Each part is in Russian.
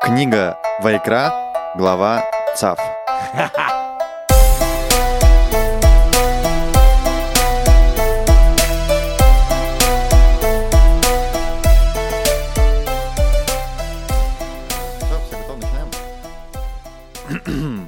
Книга Вайкра, глава Цав. Все готовы, начинаем.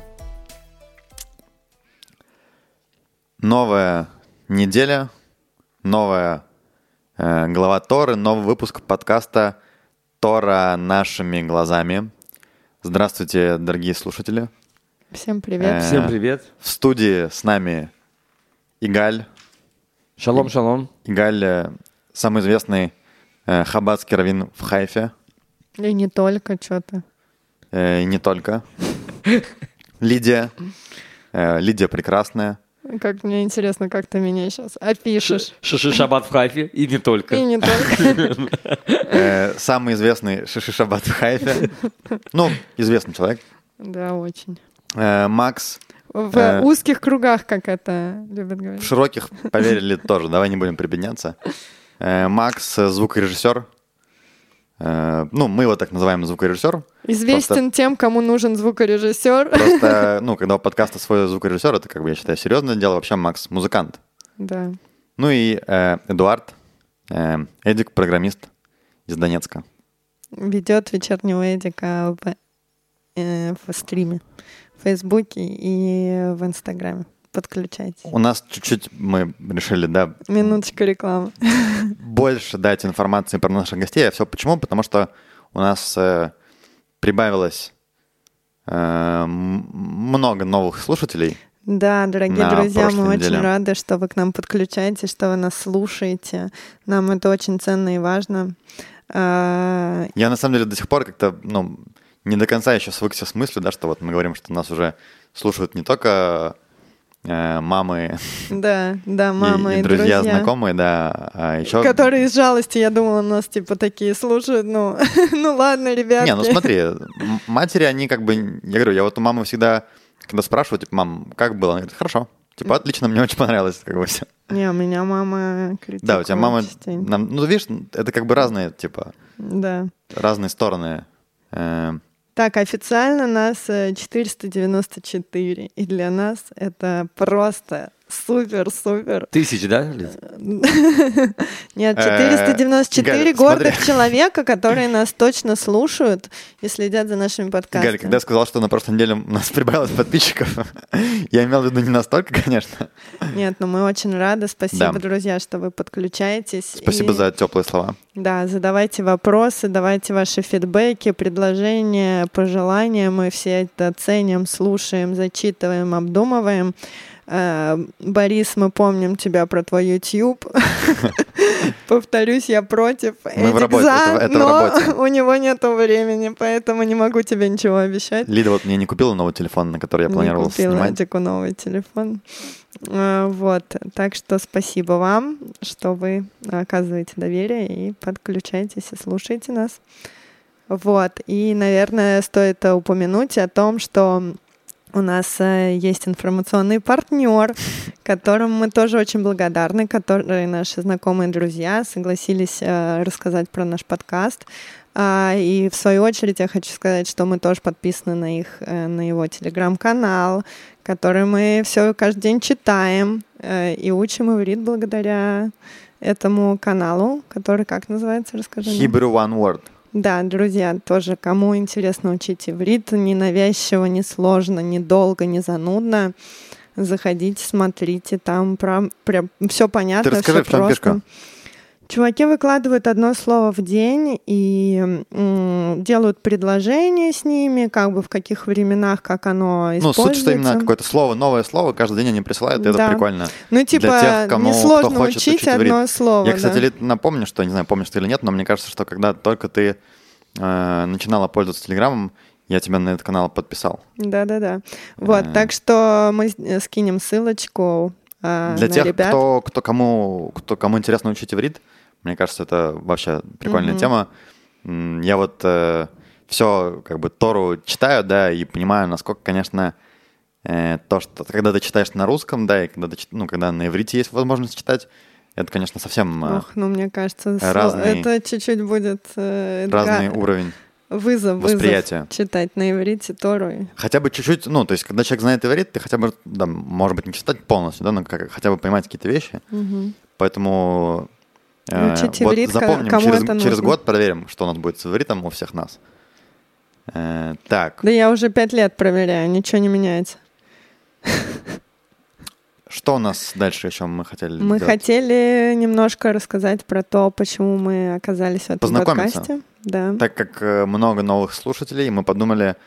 Новая неделя, новая глава Торы, новый выпуск подкаста «Тора нашими глазами». Здравствуйте, дорогие слушатели. Всем привет. Всем привет. В студии с нами Игаль. Шалом, шалом. Игаль – самый известный хаббатский раввин в Хайфе. И не только что-то. И не только. Лидия. Лидия прекрасная. Как мне интересно, как ты меня сейчас опишешь. Шиши Шаббат в Хайфе и не только. И не только. Самый известный Шиши Шаббат в Хайфе. Ну, известный человек. Да, очень. Макс. В узких кругах, как это любят В говорить. широких поверили тоже. Давай не будем прибедняться. Макс – звукорежиссер. Ну, мы его так называем звукорежиссер. Известен тем, кому нужен звукорежиссер. Просто, когда у подкаста свой звукорежиссер, это, я считаю, серьезное дело. Вообще Макс – музыкант. Да. Ну и Эдуард, Эдик, программист из Донецка. Ведет вечернего Эдика в стриме, в Фейсбуке и в Инстаграме. Подключайтесь. У нас чуть-чуть мы решили, Минуточка рекламы. больше дать информации про наших гостей. А все почему? Потому что у нас прибавилось много новых слушателей. Да, дорогие На друзья, прошлой мы неделе. очень рады, что вы к нам подключаетесь, что вы нас слушаете. Нам это очень ценно и важно. Я на самом деле до сих пор как-то не до конца еще свыкся с мыслью, что вот мы говорим, что нас уже слушают не только мамы Да, мама и и друзья, знакомые, а еще... Которые из жалости, я думала, нас такие слушают. Ну ладно, ребятки. Не, смотри, матери, они я говорю, я вот у мамы всегда, когда спрашиваю, мам, как было? Она говорит, хорошо. Отлично, мне очень понравилось, все. Не, у меня мама критикует. Да, у тебя мама... частенько. видишь, это разные, Да. разные стороны. Так, официально нас 494, и для нас это просто супер-супер. 1000, да, Лиз? Нет, 494 Галя, гордых смотри. человека, которые нас точно слушают и следят за нашими подкастами. Галя, когда я сказал, что на прошлой неделе у нас прибавилось подписчиков, я имел в виду не настолько, конечно. Нет, но мы очень рады. Спасибо, Да. друзья, что вы подключаетесь. Спасибо И, за теплые слова. Да, задавайте вопросы, давайте ваши фидбэки, предложения, пожелания. Мы все это ценим, слушаем, зачитываем, обдумываем. Борис, мы помним тебя про твой YouTube. Повторюсь, я против. Мы в Эдик работе, за, это в но работе. у него нету времени, поэтому не могу тебе ничего обещать. Лида вот мне не купила новый телефон, на который я планировал Не купила снимать. Эдику новый телефон. Вот, так что спасибо вам, что вы оказываете доверие и подключаетесь и слушаете нас. Вот, и, наверное, стоит упомянуть о том, что у нас есть информационный партнер, которым мы тоже очень благодарны, которые наши знакомые друзья согласились рассказать про наш подкаст. И в свою очередь я хочу сказать, что мы тоже подписаны на его телеграм-канал, который мы все каждый день читаем и учим иврит благодаря этому каналу, который как называется, расскажи мне. Hebrew One Word. Да, друзья, тоже кому интересно учить иврит, не навязчиво, не сложно, не долго, не занудно, заходите, смотрите, там прям все понятно, Ты расскажи, все в чем просто. фишка? Чуваки выкладывают одно слово в день и делают предложения с ними, в каких временах, как оно используется. Суть, что именно какое-то слово, новое слово, каждый день они присылают, и это Да. прикольно. Ну, Для тех, кто несложно хочет учить иврит. одно слово. Я, кстати, да. Лид, напомню, что, не знаю, помнишь ты или нет, но мне кажется, что когда только ты начинала пользоваться Телеграмом, я тебя на этот канал подписал. Да. Вот, так что мы скинем ссылочку Для на тех, ребят. кому интересно учить иврит, мне кажется, это вообще прикольная тема. Я вот все Тору читаю, да, и понимаю, насколько, конечно, то, что когда ты читаешь на русском, да, и когда на иврите есть возможность читать, это, конечно, совсем Мне кажется, разный- это чуть-чуть будет... разный уровень. вызов восприятие. читать на иврите Тору. Хотя бы чуть-чуть, ну, то есть, когда человек знает иврит, ты хотя бы, да, может быть, не читать полностью, да, но хотя бы понимать какие-то вещи. Поэтому учить вот иврит, запомним, кому это через нужно. год проверим, что у нас будет с ивритом у всех нас. Так. Да я уже 5 лет проверяю, ничего не меняется. Что у нас дальше еще мы хотели Мы сделать? хотели немножко рассказать про то, почему мы оказались в этом Познакомиться. подкасте. Да. Так как много новых слушателей, мы подумали,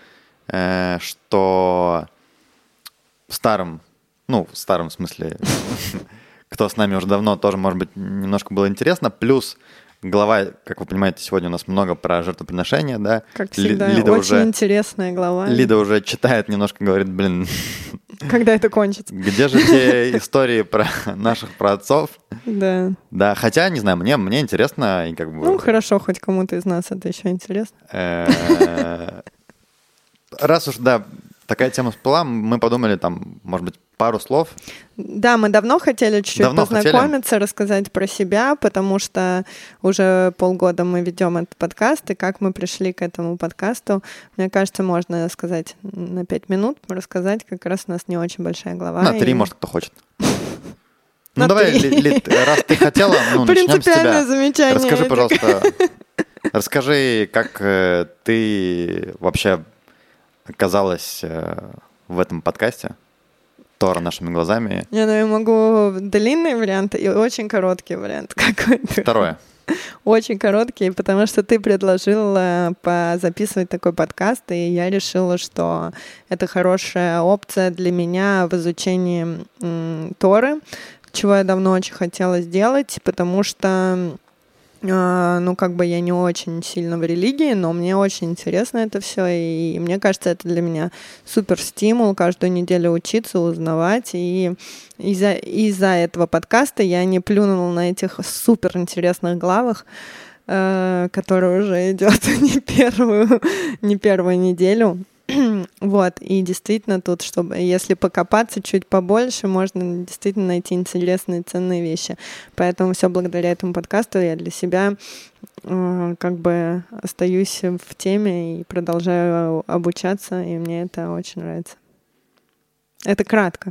что в старом смысле, кто с нами уже давно, тоже, может быть, немножко было интересно. Плюс глава, как вы понимаете, сегодня у нас много про жертвоприношения, да. Как всегда, Лида очень уже, интересная глава. Лида уже читает немножко, говорит, блин, Когда это кончится? где же те истории про наших праотцов? Да. Да, хотя, не знаю, мне интересно, и как бы... Ну, хорошо, хоть кому-то из нас это еще интересно. Раз уж, да, такая тема всплыла, мы подумали, там, может быть, пару слов. Да, мы давно хотели чуть-чуть Давно познакомиться, рассказать про себя, потому что уже полгода мы ведем этот подкаст, и как мы пришли к этому подкасту, мне кажется, можно сказать на 5 минут, рассказать, как раз у нас не очень большая глава. На 3, может, кто хочет. Ну, На давай, 3. Лид, раз ты хотела, ну, начнем с Принципиальное тебя. замечание. Расскажи, Эдик. пожалуйста, как ты вообще оказалась в этом подкасте «Тора нашими глазами». Не, ну я могу длинный вариант и очень короткий вариант какой-то. Второе. Очень короткий, потому что ты предложила записывать такой подкаст, и я решила, что это хорошая опция для меня в изучении Торы, чего я давно очень хотела сделать, потому что ну, как бы я не очень сильно в религии, но мне очень интересно это все, и мне кажется, это для меня супер стимул каждую неделю учиться, узнавать, и из-за этого подкаста я не плюнула на этих супер интересных главах, которые уже идет не первую неделю. Вот, и действительно тут, чтобы, если покопаться чуть побольше, можно действительно найти интересные, ценные вещи. Поэтому все благодаря этому подкасту я для себя как бы остаюсь в теме и продолжаю обучаться, и мне это очень нравится. Это кратко.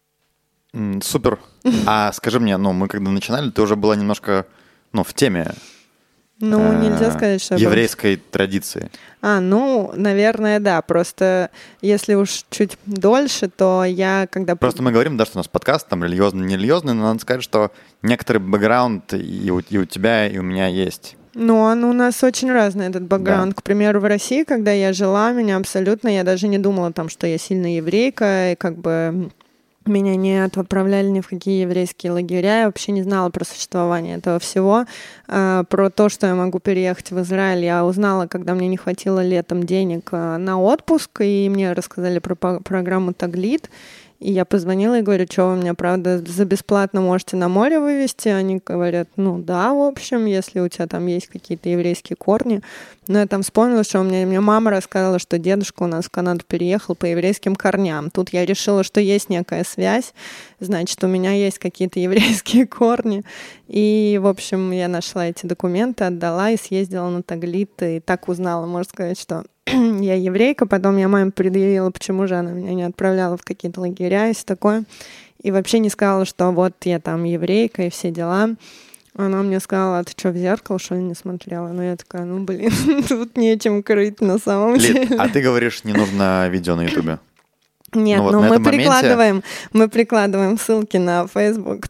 Супер. А скажи мне, ну, мы когда начинали, ты уже была немножко, ну, в теме Ну, нельзя сказать, что... еврейской традиции. Ну, наверное, да. Просто если уж чуть дольше, то я когда... Просто мы говорим, да, что у нас подкаст там религиозный, нерелигиозный, но надо сказать, что некоторый бэкграунд и у тебя, и у меня есть. Ну, он у нас очень разный, этот бэкграунд. Да. К примеру, в России, когда я жила, я даже не думала там, что я сильно еврейка, и как бы... Меня не отправляли ни в какие еврейские лагеря, я вообще не знала про существование этого всего. Про то, что я могу переехать в Израиль, я узнала, когда мне не хватило летом денег на отпуск, и мне рассказали про программу «Таглит». И я позвонила и говорю, что вы меня, правда, за бесплатно можете на море вывезти? Они говорят, ну да, в общем, если у тебя там есть какие-то еврейские корни. Но я там вспомнила, что мне мама рассказала, что дедушка у нас в Канаду переехал по еврейским корням. Тут я решила, что есть некая связь, значит, у меня есть какие-то еврейские корни. И, в общем, я нашла эти документы, отдала и съездила на Таглит, и так узнала, можно сказать, что я еврейка. Потом я маме предъявила, почему же она меня не отправляла в какие-то лагеря и все такое. И вообще не сказала, что вот я там еврейка и все дела. Она мне сказала, а ты что, в зеркало, что ли, не смотрела? Ну, я такая, ну, блин, тут нечем крыть на самом деле. Лид, а ты говоришь, не нужно видео на Ютубе? Нет, вот но на мы этом моменте- прикладываем ссылки на Facebook.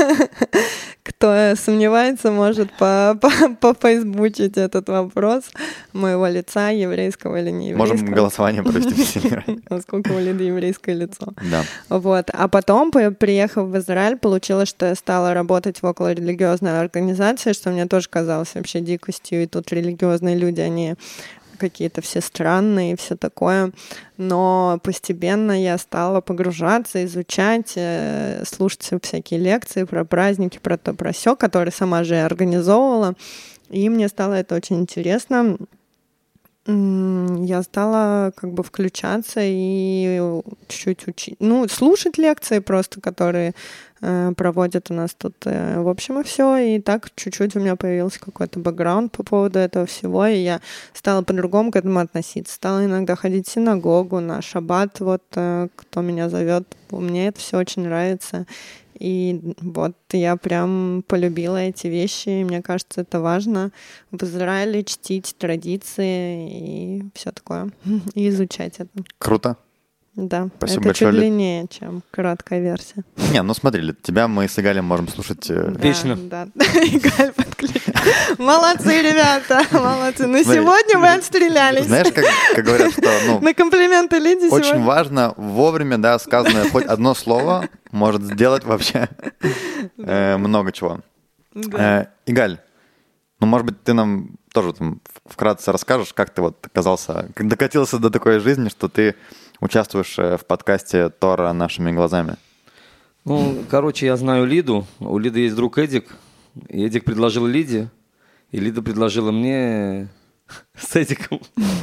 Кто сомневается, может пофейсбучить этот вопрос моего лица, еврейского или не еврейского. Можем голосование провести. Насколько у Лиды еврейское лицо. Да. Вот. А потом, приехав в Израиль, получилось, что я стала работать в околорелигиозной организации, что мне тоже казалось вообще дикостью. И тут религиозные люди, они какие-то все странные и все такое. Но постепенно я стала погружаться, изучать, слушать всякие лекции про праздники, про то, про сё, которые сама же организовывала. И мне стало это очень интересно. я стала как бы включаться и чуть-чуть учить, слушать лекции просто, которые проводят у нас тут, в общем, и все. И так чуть-чуть у меня появился какой-то бэкграунд по поводу этого всего, и я стала по-другому к этому относиться. Стала иногда ходить в синагогу, на шаббат, вот, кто меня зовет. Мне это все очень нравится. И вот я прям полюбила эти вещи, и мне кажется, это важно в Израиле чтить традиции и все такое, и изучать это. Круто. Да, Спасибо это большое, чуть Лид. длиннее, чем краткая версия. Не, ну смотри, Лид, тебя мы с Игалем можем слушать... Вечно. Да, Игаль подключил. Молодцы, ребята, молодцы. Но Смотри, сегодня вы отстрелялись. Знаешь, как говорят, что На комплименты Лиде очень сегодня. важно вовремя, да, сказанное хоть одно слово может сделать вообще много чего. Да. Игаль, ну, может быть, ты нам тоже там вкратце расскажешь, как ты вот оказался, как докатился до такой жизни, что ты участвуешь в подкасте «Тора нашими глазами». Ну, короче, я знаю Лиду. У Лиды есть друг Эдик. И Эдик предложил Лиде, и Лида предложила мне с Эдиком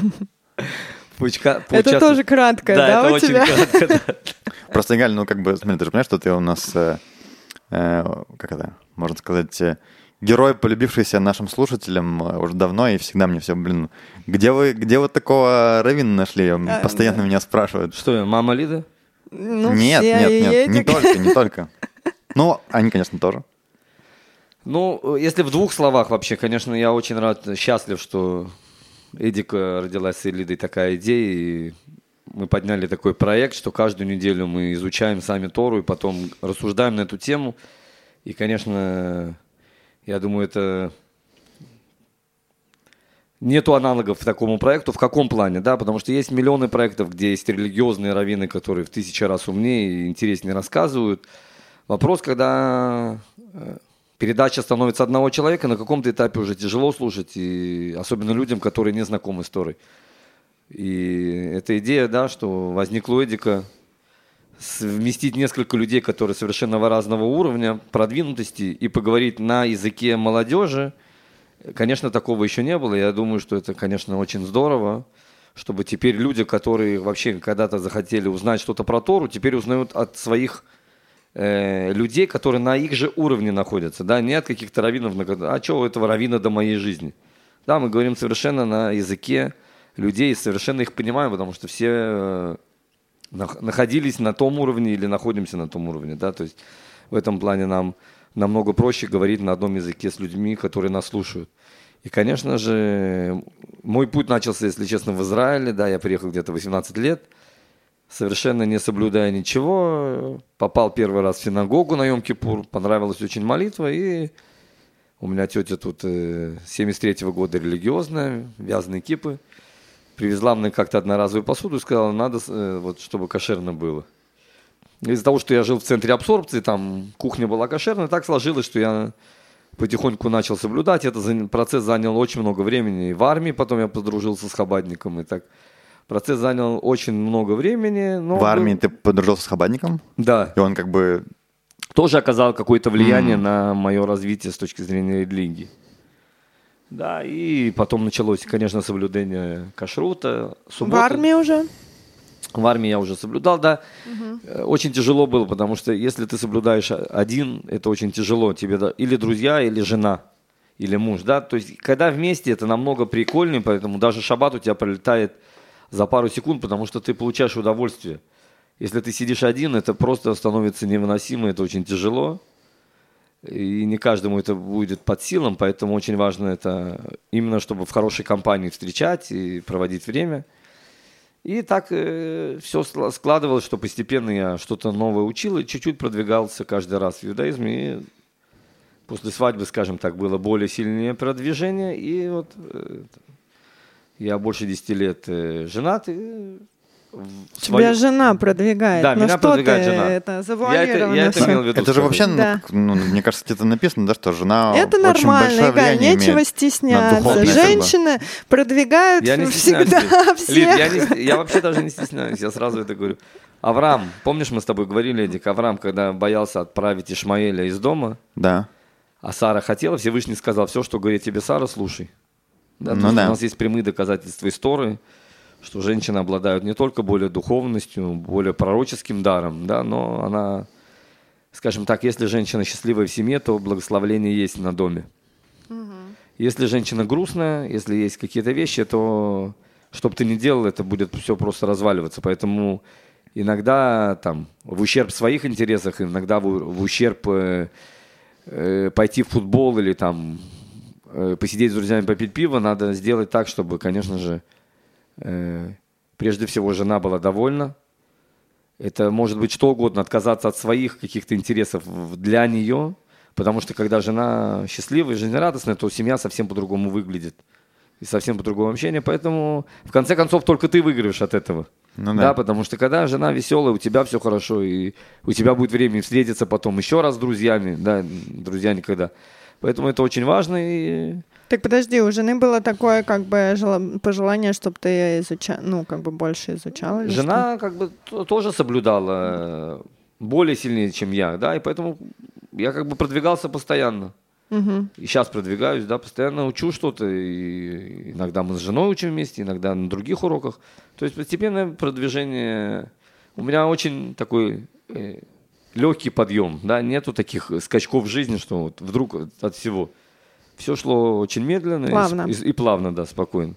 Это тоже краткое, да, это у очень тебя? кратко, да. Просто, Игаль, ну, как бы, смотри, ты же понимаешь, что ты у нас, как это, можно сказать, герой, полюбившийся нашим слушателям уже давно, и всегда мне все, где вы такого раввина нашли? Постоянно меня спрашивают. Что я, мама Лиды? Ну, Нет, все, и нет, не Эдик. не только. Ну, они, конечно, тоже. Ну, если в двух словах вообще, конечно, я очень рад, счастлив, что Эдика родилась с Лидой такая идея, и мы подняли такой проект, что каждую неделю мы изучаем сами Тору и потом рассуждаем на эту тему. И, конечно, я думаю, это нету аналогов такому проекту. В каком плане, да? Потому что есть миллионы проектов, где есть религиозные раввины, которые в 1000 раз умнее и интереснее рассказывают. Вопрос, когда передача становится одного человека, на каком-то этапе уже тяжело слушать, и особенно людям, которые не знакомы с Торой. И эта идея, да, что возникла у Эдика вместить несколько людей, которые совершенно разного уровня, продвинутости, и поговорить на языке молодежи, конечно, такого еще не было. Я думаю, что это, конечно, очень здорово, чтобы теперь люди, которые вообще когда-то захотели узнать что-то про Тору, теперь узнают от своих людей, которые на их же уровне находятся, да, не от каких-то раввинов, а что у этого раввина до моей жизни. Да, мы говорим совершенно на языке людей, совершенно их понимаем, потому что все находились на том уровне или находимся на том уровне, да, то есть в этом плане нам намного проще говорить на одном языке с людьми, которые нас слушают. И, конечно же, мой путь начался, если честно, в Израиле, да, я приехал где-то 18 лет, совершенно не соблюдая ничего, попал первый раз в синагогу на Йом-Кипур, понравилась очень молитва, и у меня тетя тут 73-го года религиозная, вязаные кипы, привезла мне как-то одноразовую посуду и сказала, надо, вот, чтобы кошерно было. Из-за того, что я жил в центре абсорбции, там кухня была кошерная, так сложилось, что я потихоньку начал соблюдать. Этот процесс занял очень много времени. И в армии потом я подружился с хабадником, и так процесс занял очень много времени. Но В армии ты подружился с хабадником? Да. И он как бы... Тоже оказал какое-то влияние на мое развитие с точки зрения религии. Да, и потом началось, конечно, соблюдение кашрута, субботы. В армии уже? В армии я уже соблюдал, да. Очень тяжело было, потому что если ты соблюдаешь один, это очень тяжело. Тебе или друзья, или жена, или муж, да. То есть, когда вместе, это намного прикольнее, поэтому даже шаббат у тебя пролетает за пару секунд, потому что ты получаешь удовольствие. Если ты сидишь один, это просто становится невыносимо, это очень тяжело. И не каждому это будет под силам, поэтому очень важно это именно, чтобы в хорошей компании встречать и проводить время. И так все складывалось, что постепенно я что-то новое учил и чуть-чуть продвигался каждый раз в иудаизме. И после свадьбы, скажем так, было более сильное продвижение. И вот я больше 10 лет женат. И Тебя жена продвигает. Да, но меня что продвигает ты, жена. это завуалировано Я это всё. имел в виду. Это же вообще, Да. мне кажется, где-то написано, да, что жена Это очень нормально, большое Игорь, влияние нечего имеет на стесняться. духовное, Женщины продвигают Я не стесняюсь, всегда Лид. Лид, всех. я вообще даже не стесняюсь, я сразу это говорю. Авраам, помнишь, мы с тобой говорили, Эдик, Авраам, когда боялся отправить Ишмаэля из дома, Да. а Сара хотела, Всевышний сказал, все, что говорит тебе Сара, слушай. Да, то Ну есть да. У нас есть прямые доказательства из Торы, что женщины обладают не только более духовностью, более пророческим даром, да, но она, скажем так, если женщина счастливая в семье, то благословение есть на доме. Если женщина грустная, если есть какие-то вещи, то что бы ты ни делал, это будет все просто разваливаться. Поэтому иногда там, в ущерб своих интересах, иногда в ущерб пойти в футбол или там, посидеть с друзьями, попить пиво, надо сделать так, чтобы, конечно же, прежде всего жена была довольна. Это может быть что угодно, отказаться от своих каких-то интересов для нее. Потому что когда жена счастливая, жизнерадостная, то семья совсем по-другому выглядит. И совсем по-другому общение. Поэтому, в конце концов, только ты выиграешь от этого. Ну, да, потому что когда жена веселая, у тебя все хорошо, и у тебя будет время встретиться потом еще раз с друзьями. Да, друзья никогда. Поэтому это очень важно. И... Так подожди, у жены было такое как бы пожелание, чтобы ты больше изучал? Жена как бы тоже соблюдала более сильнее, чем я, да, и поэтому я как бы продвигался постоянно. И сейчас продвигаюсь, да, постоянно учу что-то. И иногда мы с женой учим вместе, иногда на других уроках. То есть постепенное продвижение. У меня очень такой легкий подъем, да, нету таких скачков в жизни, что вот вдруг от всего. Все шло очень медленно плавно. И плавно, да, спокойно.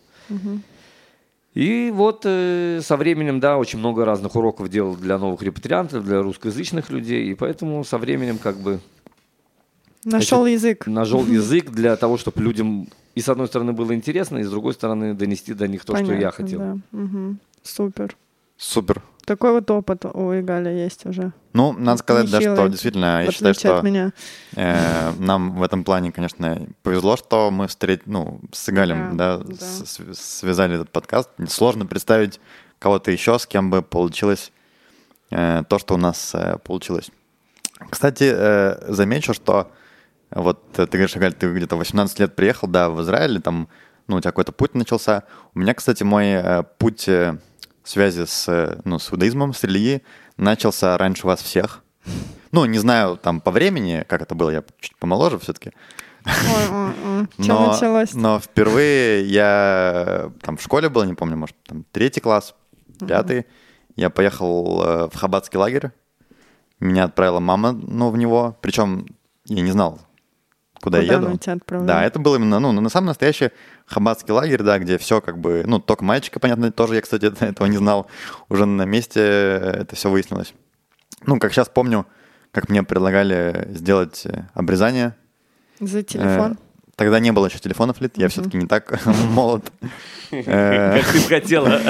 И вот со временем, да, очень много разных уроков делал для новых репатриантов, для русскоязычных людей, и поэтому со временем как бы... Нашел язык. Нашел язык для того, чтобы людям и с одной стороны было интересно, и с другой стороны донести до них то, что я хотел. Да. Супер. Супер. Такой вот опыт у Игаля есть уже. Ну, надо сказать, да, что действительно, я считаю, что нам в этом плане, конечно, повезло, что мы с Игалем, связали этот подкаст. Сложно представить кого-то еще, с кем бы получилось то, что у нас получилось. Кстати, замечу, что вот ты говоришь, Игаль, ты где-то 18 лет приехал, да, в Израиль, там, у тебя какой-то путь начался. У меня, кстати, мой путь связи с иудаизмом, с религией начался раньше вас всех. Ну, не знаю, там, по времени, как это было, я чуть помоложе все-таки. Что началось? Но впервые я там в школе был, не помню, может, там 3 класс, 5. Я поехал в хаббатский лагерь. Меня отправила мама, в него. Причем я не знал, куда я еду. Она тебя отправляла? Да, это был именно, на самом настоящий хаббатский лагерь, да, где все как бы, только мальчика, понятно, тоже я, кстати, этого не знал. Уже на месте это все выяснилось. Как сейчас помню, как мне предлагали сделать обрезание. За телефон? Тогда не было еще телефонов, Лид, я все-таки не так молод. Как ты хотела.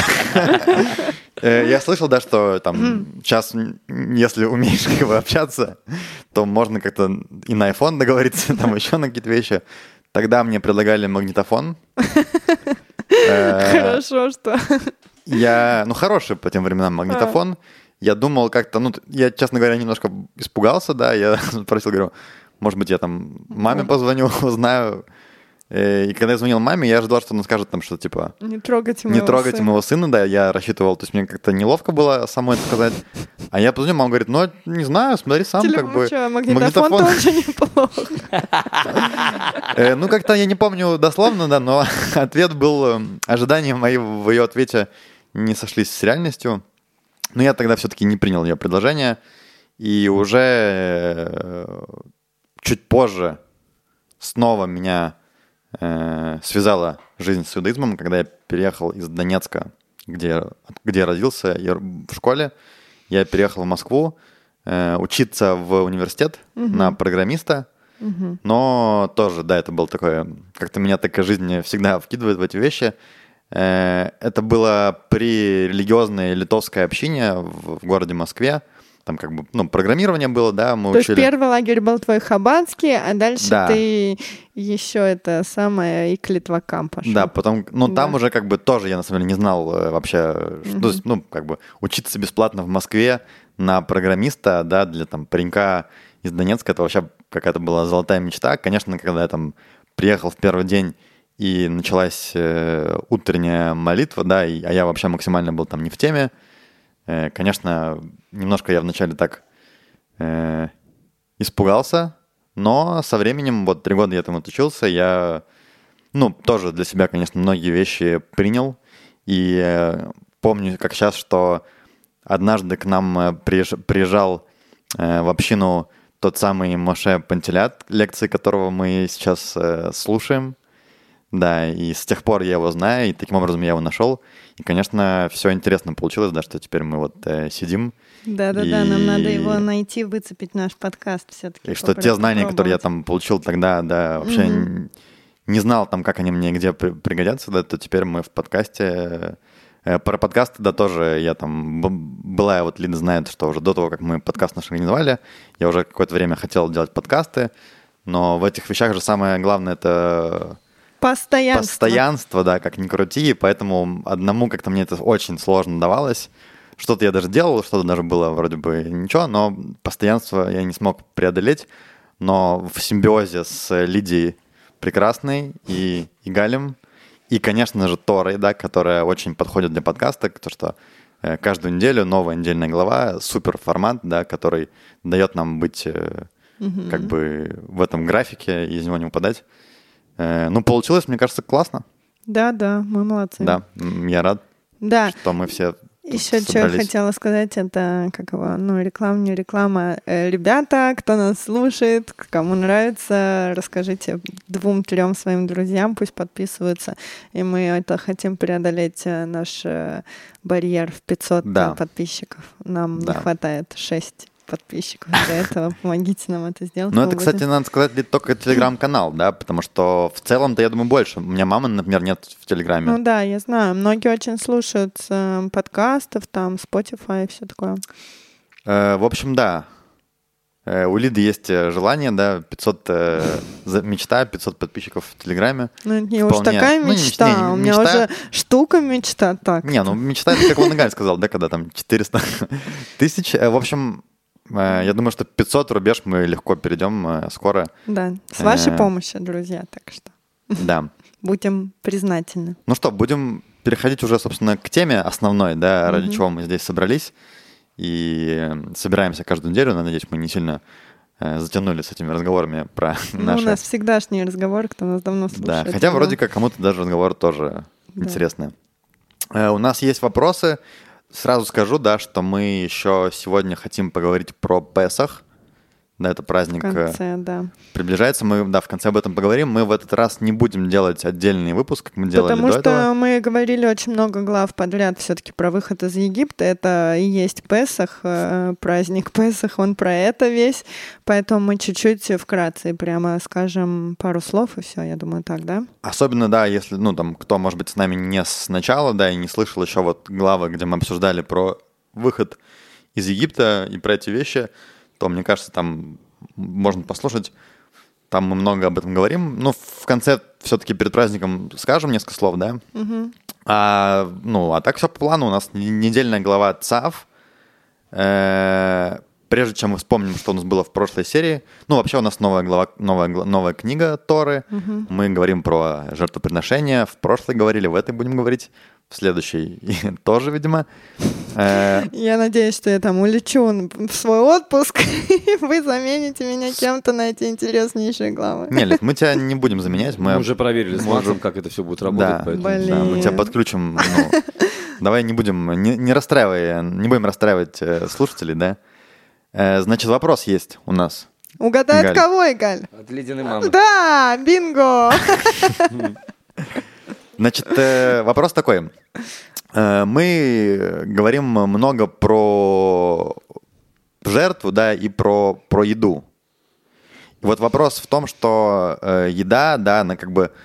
Я слышал, да, что там сейчас, если умеешь как бы общаться, то можно как-то и на iPhone договориться, там еще на какие-то вещи. Тогда мне предлагали магнитофон. Хорошо, что... Хороший по тем временам магнитофон. Я думал как-то, я, честно говоря, немножко испугался, да, я спросил, говорю, может быть, я там маме позвоню, узнаю. И когда я звонил маме, я ожидал, что она скажет там что-то типа... Не трогайте моего сына, да, я рассчитывал. То есть мне как-то неловко было самой это сказать. А я позвонил, мама говорит, не знаю, смотри сам, как бы... Магнитофон тоже неплохо. Как-то я не помню дословно, да, но ответ был... Ожидания мои в ее ответе не сошлись с реальностью. Но я тогда все-таки не принял ее предложение. И уже чуть позже снова меня связала жизнь с иудаизмом, когда я переехал из Донецка, где я родился, в школе. Я переехал в Москву учиться в университет на программиста. Но тоже, да, это было такое... Как-то меня такая жизнь всегда вкидывает в эти вещи. Это было при религиозной литовской общине в городе Москве. Там как бы, программирование было, да, мы учили. То есть первый лагерь был твой хаббатский, а дальше ты еще это самое и к литвакам пошел. Да, потом, там уже как бы тоже я на самом деле не знал вообще, то есть, как бы учиться бесплатно в Москве на программиста, да, для там паренька из Донецка, это вообще какая-то была золотая мечта. Конечно, когда я там приехал в первый день и началась утренняя молитва, да, а я вообще максимально был там не в теме. Конечно, немножко я вначале так испугался, но со временем, 3 года я этому отучился, я, тоже для себя, конечно, многие вещи принял И помню, как сейчас, что однажды к нам приезжал в общину тот самый Моше Пантелят, лекции которого мы сейчас слушаем. Да, и с тех пор я его знаю, и таким образом я его нашел. И, конечно, все интересно получилось, да, что теперь мы вот сидим. Да-да-да, нам надо его найти, выцепить наш подкаст все-таки. И что те знания, которые я там получил тогда, да, вообще не знал там, как они мне где пригодятся, да, то теперь мы в подкасте... Про подкасты, да, тоже я там... Была вот Лида знает, что уже до того, как мы подкаст наш организовали, я уже какое-то время хотел делать подкасты, но в этих вещах же самое главное — это... Постоянство, да, как ни крути, и поэтому одному как-то мне это очень сложно давалось. Что-то я даже делал, что-то даже было вроде бы ничего, но постоянство я не смог преодолеть. Но в симбиозе с Лидией Прекрасной и Галем, и, конечно же, Торой, да, которая очень подходит для подкаста, потому что каждую неделю новая недельная глава, супер формат, да, который дает нам быть как бы в этом графике и из него не упадать. Ну, получилось, мне кажется, классно. Да, мы молодцы. Да, я рад, что мы все Еще что я хотела сказать, это реклама, не реклама. Ребята, кто нас слушает, кому нравится, расскажите 2-3 своим друзьям, пусть подписываются. И мы это хотим преодолеть наш барьер в 500 подписчиков. Нам не хватает 6 подписчиков для этого. Помогите нам это сделать. Ну, это, кстати, надо сказать, только телеграм-канал, да, потому что в целом-то, я думаю, больше. У меня мамы, например, нет в Телеграме. Ну да, я знаю. Многие очень слушают подкастов, там, Spotify и все такое. В общем, да. У Лиды есть желание, да, 500 мечта, 500 подписчиков в Телеграме. Ну, не уж такая мечта, у меня уже штука мечта, так. Не, ну мечта, это как он Галь сказал, да, когда там 400 тысяч. В общем, я думаю, что 500 рубеж мы легко перейдем скоро. Да, с вашей помощью, друзья, так что. Да. Будем признательны. Ну что, будем переходить уже, собственно, к теме основной, да, ради чего мы здесь собрались. И собираемся каждую неделю. Надеюсь, мы не сильно затянули с этими разговорами про наши... у нас всегдашний разговор, кто нас давно слушает. Да, хотя вроде как кому-то даже разговор тоже интересный. У нас есть вопросы. Сразу скажу, да, что мы еще сегодня хотим поговорить про Песах. Да, это праздник в конце, приближается. Мы, в конце об этом поговорим. Мы в этот раз не будем делать отдельный выпуск, как мы делали до этого. Потому что мы говорили очень много глав подряд все-таки про выход из Египта. Это и есть Песах, праздник Песах, он про это весь. Поэтому мы чуть-чуть вкратце прямо скажем пару слов, и все, я думаю, так, да? Особенно, да, если, кто, может быть, с нами не сначала, да, и не слышал еще вот главы, где мы обсуждали про выход из Египта и про эти вещи, то, мне кажется, там можно послушать. Там мы много об этом говорим. Ну, в конце все-таки перед праздником скажем несколько слов, да? А так все по плану. У нас недельная глава ЦАВ. Прежде чем мы вспомним, что у нас было в прошлой серии. Ну, вообще у нас новая глава, новая книга Торы. Мы говорим про жертвоприношения. В прошлой говорили, в этой будем говорить. В следующей тоже, видимо. Я надеюсь, что я там улечу в свой отпуск, и вы замените меня кем-то на эти интереснейшие главы. Не, Лид, мы тебя не будем заменять. Мы уже проверили с Максом, как это все будет работать. Да, мы тебя подключим. Давай не будем расстраивать слушателей, да? Значит, вопрос есть у нас. Угадай, от кого, Галь? От Лидиной мамы. Да, бинго! Значит, вопрос такой. Мы говорим много про жертву, да, и про еду. И вот вопрос в том, что еда, да, она как бы,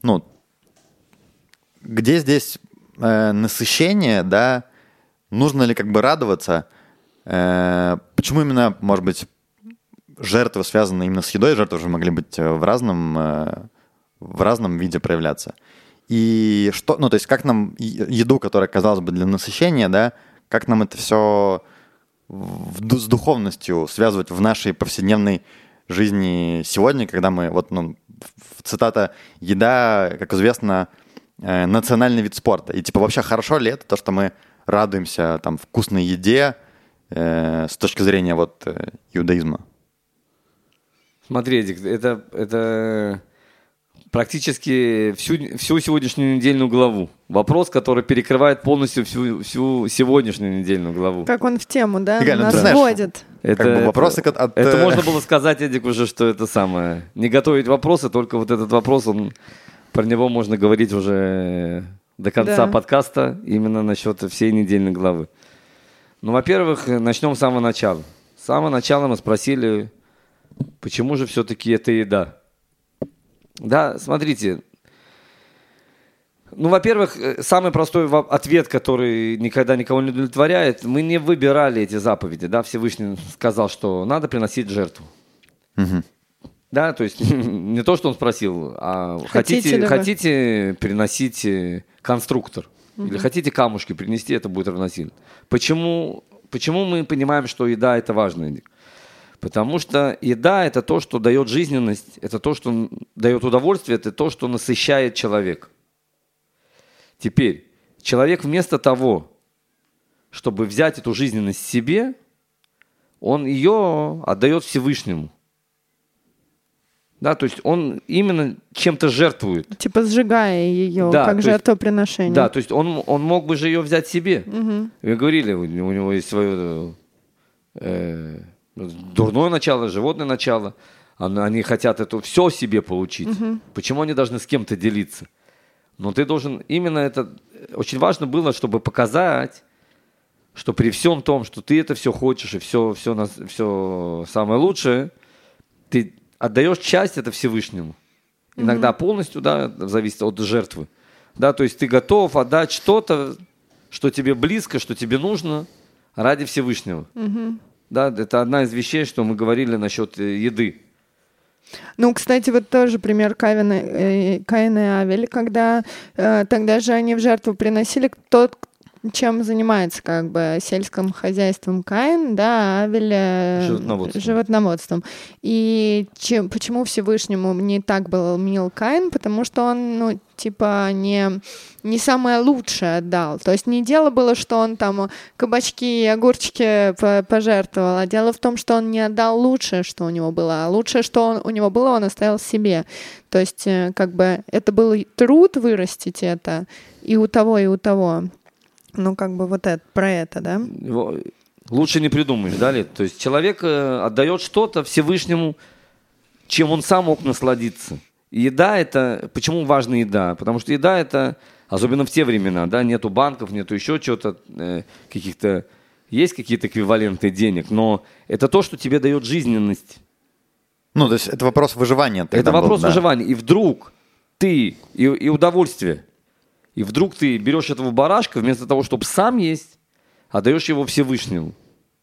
где здесь насыщение, да, нужно ли как бы радоваться? Почему именно, может быть, жертвы связаны именно с едой? Жертвы же могли быть в разном виде проявляться. И что, то есть как нам еду, которая, казалось бы, для насыщения, да, как нам это все с духовностью связывать в нашей повседневной жизни сегодня, когда мы, цитата, еда, как известно, национальный вид спорта. И вообще хорошо ли это то, что мы радуемся там вкусной еде с точки зрения иудаизма? Смотри, Эдик, это практически всю сегодняшнюю недельную главу. Вопрос, который перекрывает полностью всю сегодняшнюю недельную главу. Как он в тему, да? Игорь, Нас ты знаешь, вводит. вопросы Это можно было сказать, Эдик, уже, что это самое. Не готовить вопросы, только вот этот вопрос, про него можно говорить уже до конца подкаста, именно насчет всей недельной главы. Ну, во-первых, начнем с самого начала. С самого начала мы спросили, почему же все-таки это еда? Да, смотрите. Ну, во-первых, самый простой ответ, который никогда никого не удовлетворяет, мы не выбирали эти заповеди, да, Всевышний сказал, что надо приносить жертву. Угу. Да, то есть не то, что он спросил, а хотите приносить конструктор, или хотите камушки принести, это будет равносильно. Почему мы понимаем, что еда это важно, Эдик? Потому что еда – это то, что дает жизненность, это то, что дает удовольствие, это то, что насыщает человека. Теперь, человек вместо того, чтобы взять эту жизненность себе, он ее отдает Всевышнему. Да, то есть он именно чем-то жертвует. Типа сжигая ее, да, как жертвоприношение. Да, то есть он мог бы же ее взять себе. Угу. Вы говорили, у него есть свое... дурное начало, животное начало. Они хотят это все себе получить. Угу. Почему они должны с кем-то делиться? Но ты должен... Именно это... Очень важно было, чтобы показать, что при всем том, что ты это все хочешь, и все самое лучшее, ты отдаешь часть это Всевышнему. Иногда полностью, да, зависит от жертвы. Да, то есть ты готов отдать что-то, что тебе близко, что тебе нужно, ради Всевышнего. Угу. Да, это одна из вещей, что мы говорили насчет еды. Ну, кстати, вот тоже пример Каина и Авеля, когда тогда же они в жертву приносили тот, чем занимается как бы сельским хозяйством Каин, да, Авель животноводством. И почему Всевышнему не так был мил Каин? Потому что он, ну, типа, не самое лучшее отдал. То есть не дело было, что он там кабачки и огурчики пожертвовал, а дело в том, что он не отдал лучшее, что у него было. А лучшее, что у него было, он оставил себе. То есть, как бы, это был труд вырастить это и у того, и у того. Ну, как бы вот это, про это, да? Лучше не придумаешь, да, Лид? То есть человек отдает что-то Всевышнему, чем он сам мог насладиться. И еда это... Почему важна еда? Потому что еда это, особенно в те времена, да, нету банков, нету еще чего-то, каких-то... Есть какие-то эквиваленты денег, но это то, что тебе дает жизненность. Ну, то есть это вопрос выживания. Это вопрос выживания. И вдруг ты... И удовольствие... И вдруг ты берешь этого барашка, вместо того, чтобы сам есть, отдаешь его Всевышнему.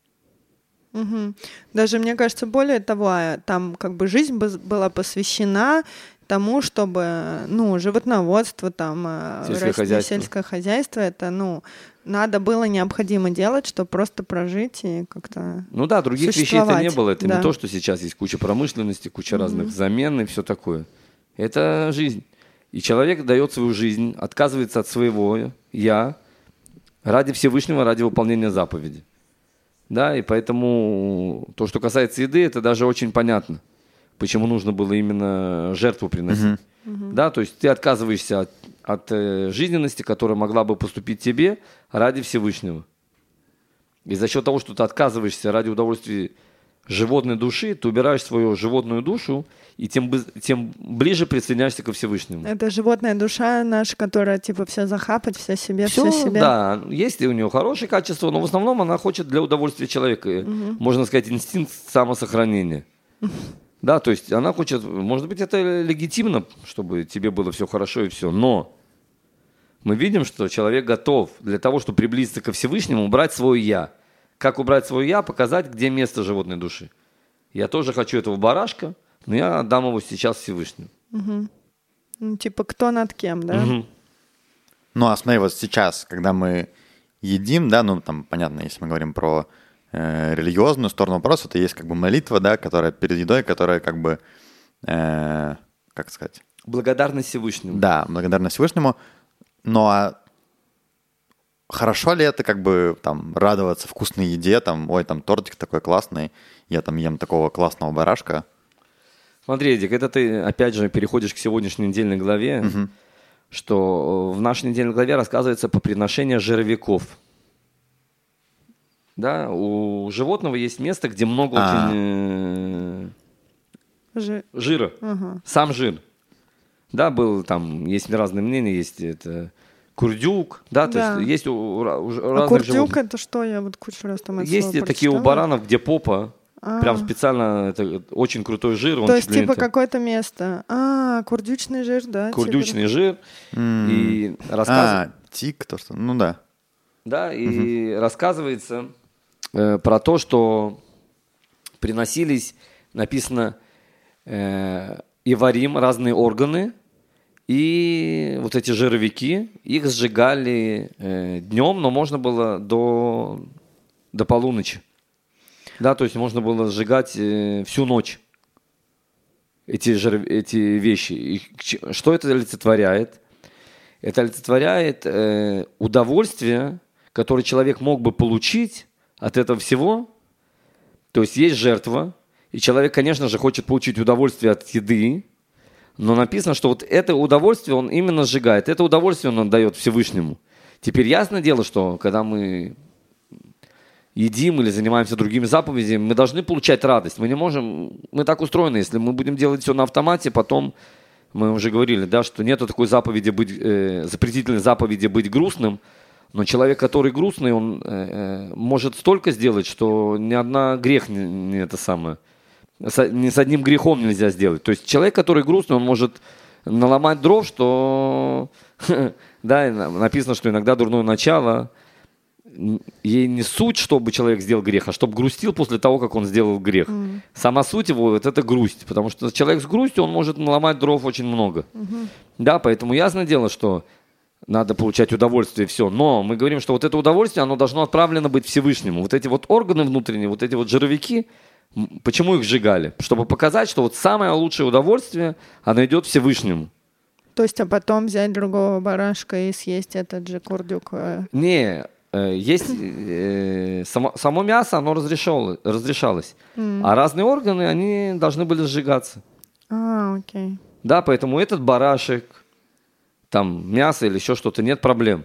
Угу. Даже, мне кажется, более того, там как бы жизнь была посвящена тому, чтобы, ну, животноводство, там, сельское хозяйство, это, ну, надо было необходимо делать, чтобы просто прожить и как-то Ну да, других вещей-то не было. Это не то, что сейчас есть куча промышленности, куча разных замен и все такое. Это жизнь. И человек дает свою жизнь, отказывается от своего «я» ради Всевышнего, ради выполнения заповеди. Да, и поэтому то, что касается еды, это даже очень понятно, почему нужно было именно жертву приносить. Да, то есть ты отказываешься от жизненности, которая могла бы поступить тебе ради Всевышнего. И за счет того, что ты отказываешься ради удовольствия животной души, ты убираешь свою животную душу, и тем ближе присоединяешься ко Всевышнему. Это животная душа наша, которая типа все захапать, все себе. Да, есть и у нее хорошие качества, но в основном она хочет для удовольствия человека. Можно сказать, инстинкт самосохранения. Да, то есть она хочет, может быть, это легитимно, чтобы тебе было все хорошо и все, но мы видим, что человек готов для того, чтобы приблизиться ко Всевышнему, убрать свое «я». Как убрать свое «я», показать, где место животной души. Я тоже хочу этого барашка, но я отдам его сейчас Всевышнему. Угу. Ну, типа, кто над кем, да? Угу. Ну, а смотри, вот сейчас, когда мы едим, да, ну, там, понятно, если мы говорим про религиозную сторону вопроса, то есть как бы молитва, да, которая перед едой, которая как бы, как сказать? Благодарность Всевышнему. Да, благодарность Всевышнему. Но хорошо ли это как бы там радоваться вкусной еде, там, ой, там тортик такой классный, я там ем такого классного барашка? Смотри, Эдик, это ты, опять же, переходишь к сегодняшней недельной главе, что в нашей недельной главе рассказывается по приношению жировиков. Да, у животного есть место, где много очень жира, сам жир. Да, был там, есть разные мнения, есть это курдюк, да, то есть есть у разных курдюк животных. Это что? Я вот кучу раз там это Есть слово такие у прочитала. баранов, где попа, прям специально, это очень крутой жир. Он То есть типа это, какое-то место. Курдючный жир, да? курдючный жир. И рассказывается... тик, то что, ну да. Да, и рассказывается про то, что приносились, написано, иварим, разные органы, и вот эти жировики, их сжигали днем, но можно было до полуночи. Да, то есть можно было сжигать всю ночь эти вещи. И что это олицетворяет? Это олицетворяет удовольствие, которое человек мог бы получить от этого всего. То есть есть жертва, и человек, конечно же, хочет получить удовольствие от еды, но написано, что вот это удовольствие он именно сжигает. Это удовольствие он отдает Всевышнему. Теперь ясное дело, что когда мы едим или занимаемся другими заповедями, мы должны получать радость. Мы не можем, мы так устроены, если мы будем делать все на автомате, потом, мы уже говорили, да, что нету такой заповеди быть, запретительной заповеди быть грустным, но человек, который грустный, он может столько сделать, что ни одна грех не это самое. Ни с одним грехом нельзя сделать. То есть человек, который грустный, он может наломать дров, что да, написано, что иногда дурное начало, ей не суть, чтобы человек сделал грех, а чтобы грустил после того, как он сделал грех. Сама суть его вот это грусть, потому что человек с грустью, он может наломать дров очень много. Да, поэтому ясное дело, что надо получать удовольствие, все. Но мы говорим, что вот это удовольствие, оно должно отправлено быть Всевышнему. Вот эти вот органы внутренние, вот эти вот жировики, почему их сжигали? Чтобы показать, что вот самое лучшее удовольствие, оно идет Всевышнему. То есть, а потом взять другого барашка и съесть этот же курдюк? Не, есть само мясо, оно разрешалось. А разные органы, они должны были сжигаться. Окей. Да, поэтому этот барашек, там мясо или еще что-то, нет проблем.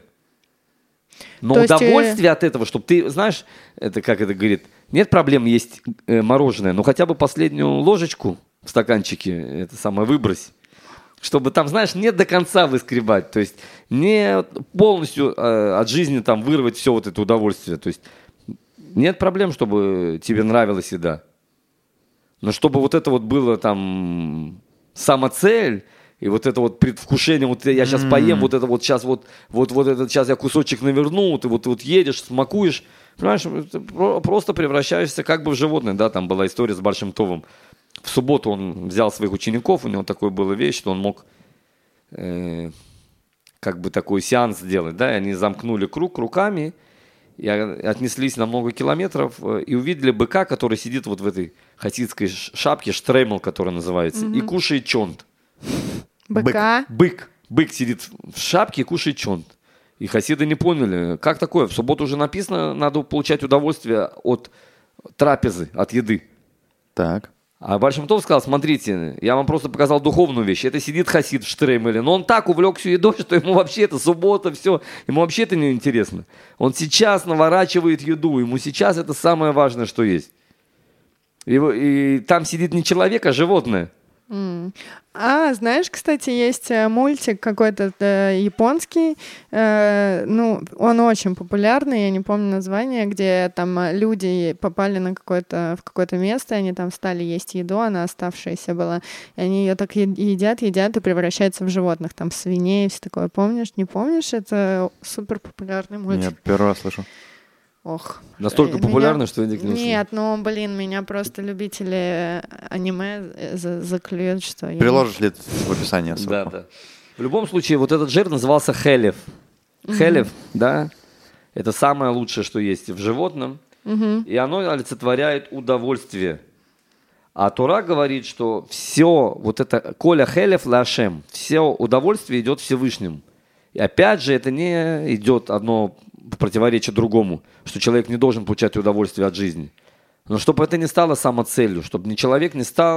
Но то есть, удовольствие от этого, чтобы ты, знаешь, это как это говорит, нет проблем есть мороженое, но хотя бы последнюю ложечку в стаканчике, это самое, выбрось. Чтобы там, знаешь, не до конца выскребать, то есть не полностью от жизни там вырвать все вот это удовольствие. То есть нет проблем, чтобы тебе нравилась еда. Но чтобы вот это вот было там самоцель, и вот это вот предвкушение, вот я сейчас поем, вот это вот сейчас вот этот сейчас я кусочек наверну, ты вот едешь, смакуешь, понимаешь, ты просто превращаешься как бы в животное, да, там была история с Большим Товом. В субботу он взял своих учеников, у него такой была вещь, что он мог как бы такой сеанс сделать, да, и они замкнули круг руками, и отнеслись на много километров, и увидели быка, который сидит вот в этой хасидской шапке, штреймл, которая называется, и кушает чонт. Быка? Бык сидит в шапке и кушает чонт. И хасиды не поняли, как такое? В субботу уже написано, надо получать удовольствие от трапезы, от еды. Так. А Большим Тов сказал, смотрите, я вам просто показал духовную вещь. Это сидит хасид в штреймеле, но он так увлекся едой, что ему вообще это суббота, все, ему вообще это не интересно. Он сейчас наворачивает еду, ему сейчас это самое важное, что есть. И там сидит не человек, а животное. Знаешь, кстати, есть мультик какой-то японский, он очень популярный, я не помню название, где там люди попали в какое-то место, они там стали есть еду, она оставшаяся была, и они ее так едят и превращаются в животных, там свиней, все такое. Помнишь, не помнишь? Это супер популярный мультик. Нет, первый раз слышу. Ох. Настолько популярно, что Эдик не услышал. Нет, меня просто любители аниме заклюют, что я... Приложишь ли в описании ссылку? Да. В любом случае, вот этот жир назывался хелев. Хелев, да, это самое лучшее, что есть в животном. И оно олицетворяет удовольствие. А Тора говорит, что все, вот это коля хелев лашем, все удовольствие идет Всевышнему. И опять же, это не идет одно в противоречие другому, что человек не должен получать удовольствие от жизни. Но чтобы это не стало самоцелью, чтобы человек не стал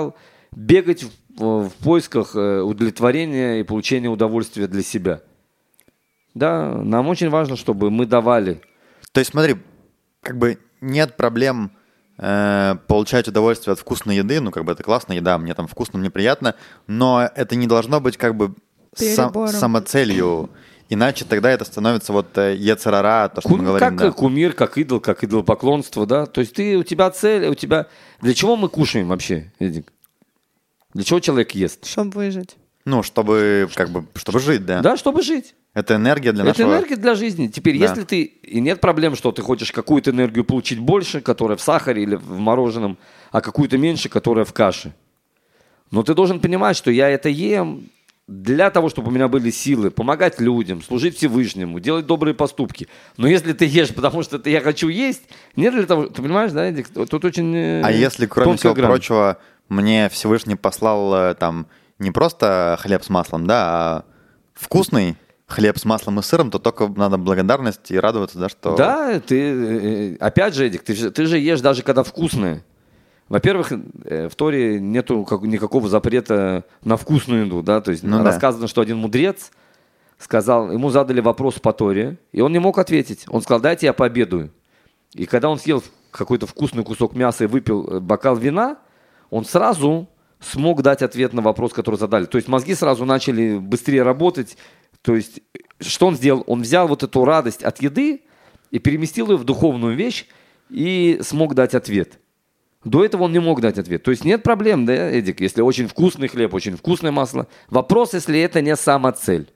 бегать в поисках удовлетворения и получения удовольствия для себя. Да, нам очень важно, чтобы мы давали. То есть смотри, как бы нет проблем получать удовольствие от вкусной еды, ну как бы это классная еда, мне там вкусно, мне приятно, но это не должно быть как бы самоцелью, иначе тогда это становится вот ецер-ара, то, что мы говорим. Как кумир, как идолопоклонство, да. То есть у тебя цель, Для чего мы кушаем вообще, Эдик? Для чего человек ест? Чтобы выжить. Ну, чтобы жить, да. Да, чтобы жить. Это энергия для нашего... Это энергия для жизни. Теперь, если ты... И нет проблем, что ты хочешь какую-то энергию получить больше, которая в сахаре или в мороженом, а какую-то меньше, которая в каше. Но ты должен понимать, что я это ем для того, чтобы у меня были силы помогать людям, служить Всевышнему, делать добрые поступки. Но если ты ешь, потому что я хочу есть, не для того... Ты понимаешь, да, Эдик? Тут очень А если, кроме всего прочего, мне Всевышний послал там не просто хлеб с маслом, да, а вкусный хлеб с маслом и сыром, то только надо благодарность и радоваться, да, что... Да, ты, опять же, Эдик, ты же ешь даже когда вкусное. Во-первых, в Торе нету никакого запрета на вкусную еду, да, то есть рассказано, что один мудрец сказал, ему задали вопрос по Торе, и он не мог ответить. Он сказал, дайте я пообедаю. И когда он съел какой-то вкусный кусок мяса и выпил бокал вина, он сразу смог дать ответ на вопрос, который задали. То есть мозги сразу начали быстрее работать. То есть, что он сделал? Он взял вот эту радость от еды и переместил ее в духовную вещь и смог дать ответ. До этого он не мог дать ответ. То есть нет проблем, да, Эдик, если очень вкусный хлеб, очень вкусное масло. Вопрос, если это не самоцель.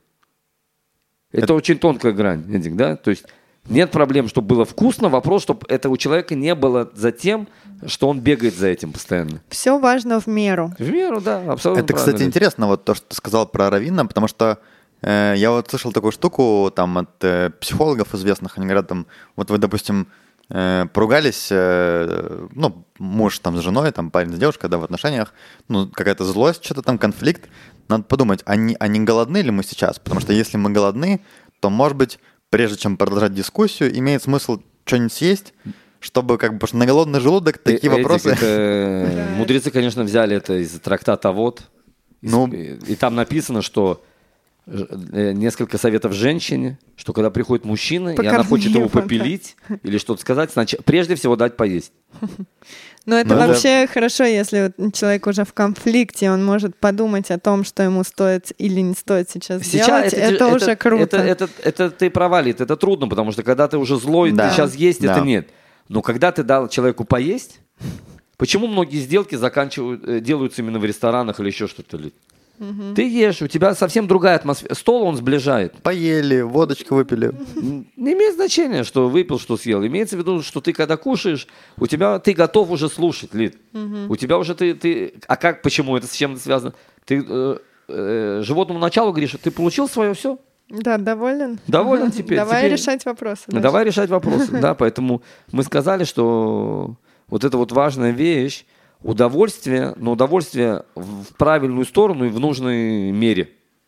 Это очень тонкая грань, Эдик, да? То есть нет проблем, чтобы было вкусно. Вопрос, чтобы это у человека не было за тем, что он бегает за этим постоянно. Все важно в меру. В меру, да, абсолютно. Это, кстати, интересно, вот то, что ты сказал про раввина, потому что я вот слышал такую штуку там от психологов известных, они говорят там, вот вы, допустим, поругались, ну, муж там с женой, там парень с девушкой, да, в отношениях, ну, какая-то злость, что-то там, конфликт, надо подумать, а не голодны ли мы сейчас? Потому что если мы голодны, то, может быть, прежде чем продолжать дискуссию, имеет смысл что-нибудь съесть, чтобы как бы, потому что на голодный желудок такие вопросы... Мудрецы, конечно, взяли это из трактата «Вот», и там написано, что несколько советов женщине, что когда приходит мужчина, и она хочет его попилить или что-то сказать, прежде всего дать поесть. Но это вообще хорошо, если человек уже в конфликте, он может подумать о том, что ему стоит или не стоит сейчас делать. Это уже круто. Это ты провалит, это трудно, потому что когда ты уже злой, ты сейчас есть, это нет. Но когда ты дал человеку поесть, почему многие сделки делаются именно в ресторанах или еще что-то? Ты ешь, у тебя совсем другая атмосфера. Стол он сближает. Поели, водочку выпили. Не имеет значения, что выпил, что съел. Имеется в виду, что ты когда кушаешь, ты готов уже слушать, Лид. У тебя уже почему это с чем связано? Ты животному началу говоришь, ты получил свое все? Да, доволен? Доволен теперь. Давай решать вопросы. Давай решать вопросы, да, поэтому мы сказали, что вот эта вот важная вещь, удовольствие, но удовольствие в правильную сторону и в нужной мере.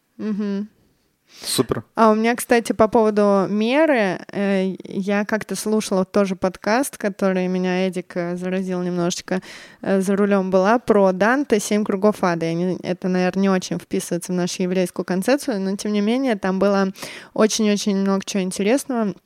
Супер. А у меня, кстати, по поводу меры, я как-то слушала тоже подкаст, который меня Эдик заразил немножечко, за рулем была, про Данте «7 кругов ада». Это, наверное, не очень вписывается в нашу еврейскую концепцию, но, тем не менее, там было очень-очень много чего интересного.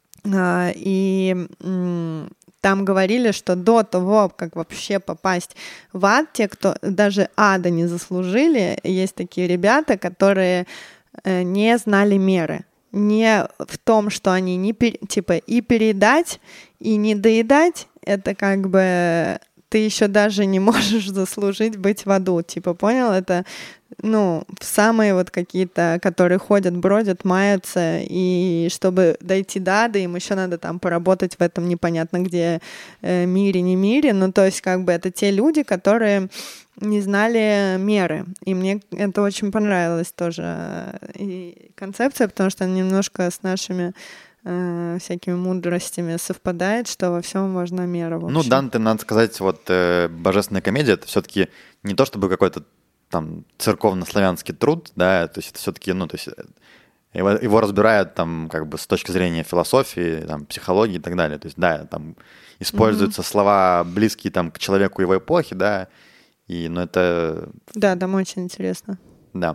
И там говорили, что до того, как вообще попасть в ад, те, кто даже ада не заслужили, есть такие ребята, которые не знали меры. Не в том, что они и переедать, и не доедать, это как бы ты еще даже не можешь заслужить быть в аду. Понял? Это, самые вот какие-то, которые ходят, бродят, маются, и чтобы дойти до ада, им еще надо там поработать в этом непонятно где мире, не мире. То есть как бы это те люди, которые не знали меры. И мне это очень понравилась тоже и концепция, потому что она немножко с нашими всякими мудростями совпадает, что во всем важна мера. Данте, надо сказать, вот божественная комедия, это все-таки не то чтобы какой-то там церковно-славянский труд, да, то есть это все-таки, его разбирают там как бы с точки зрения философии, там, психологии и так далее. То есть, да, там используются слова, близкие там к человеку его эпохи, да, Но это... Да, там очень интересно. Да.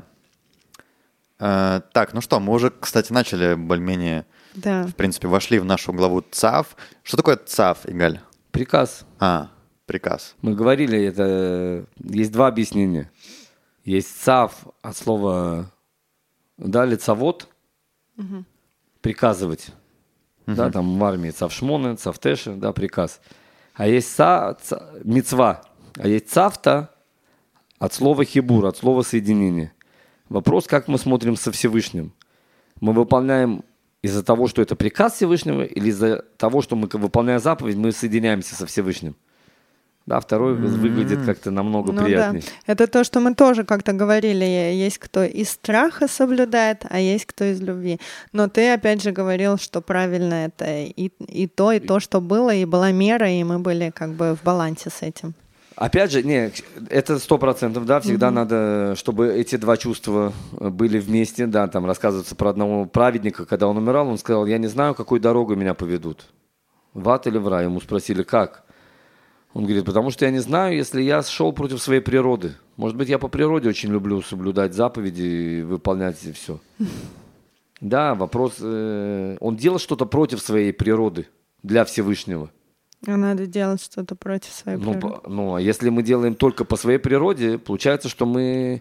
Так, ну что, мы уже, кстати, начали более-менее, Да. в принципе, вошли в нашу главу ЦАФ. Что такое ЦАФ, Игаль? Приказ. Приказ. Мы говорили, это есть два объяснения. Есть цав от слова лицовод, приказывать. Да, там в армии цавшмоны, цавтеши, да, приказ. А есть мицва. А есть цавта от слова хибур, от слова соединение. Вопрос, как мы смотрим со Всевышним. Мы выполняем из-за того, что это приказ Всевышнего, или из-за того, что мы, выполняя заповедь, мы соединяемся со Всевышним. Да, второй выглядит как-то намного приятнее. Да. Это то, что мы тоже как-то говорили. Есть кто из страха соблюдает, а есть кто из любви. Но ты опять же говорил, что правильно это и то, что было, и была мера, и мы были как бы в балансе с этим. Опять же, это 100%, да, всегда надо, чтобы эти два чувства были вместе, да, там рассказывается про одного праведника, когда он умирал, он сказал, я не знаю, какой дорогой меня поведут, в ад или в рай, ему спросили, как? Он говорит, потому что я не знаю, если я шел против своей природы. Может быть, я по природе очень люблю соблюдать заповеди и выполнять все. Да, вопрос, он делал что-то против своей природы для Всевышнего. А надо делать что-то против своей природы. А если мы делаем только по своей природе, получается, что мы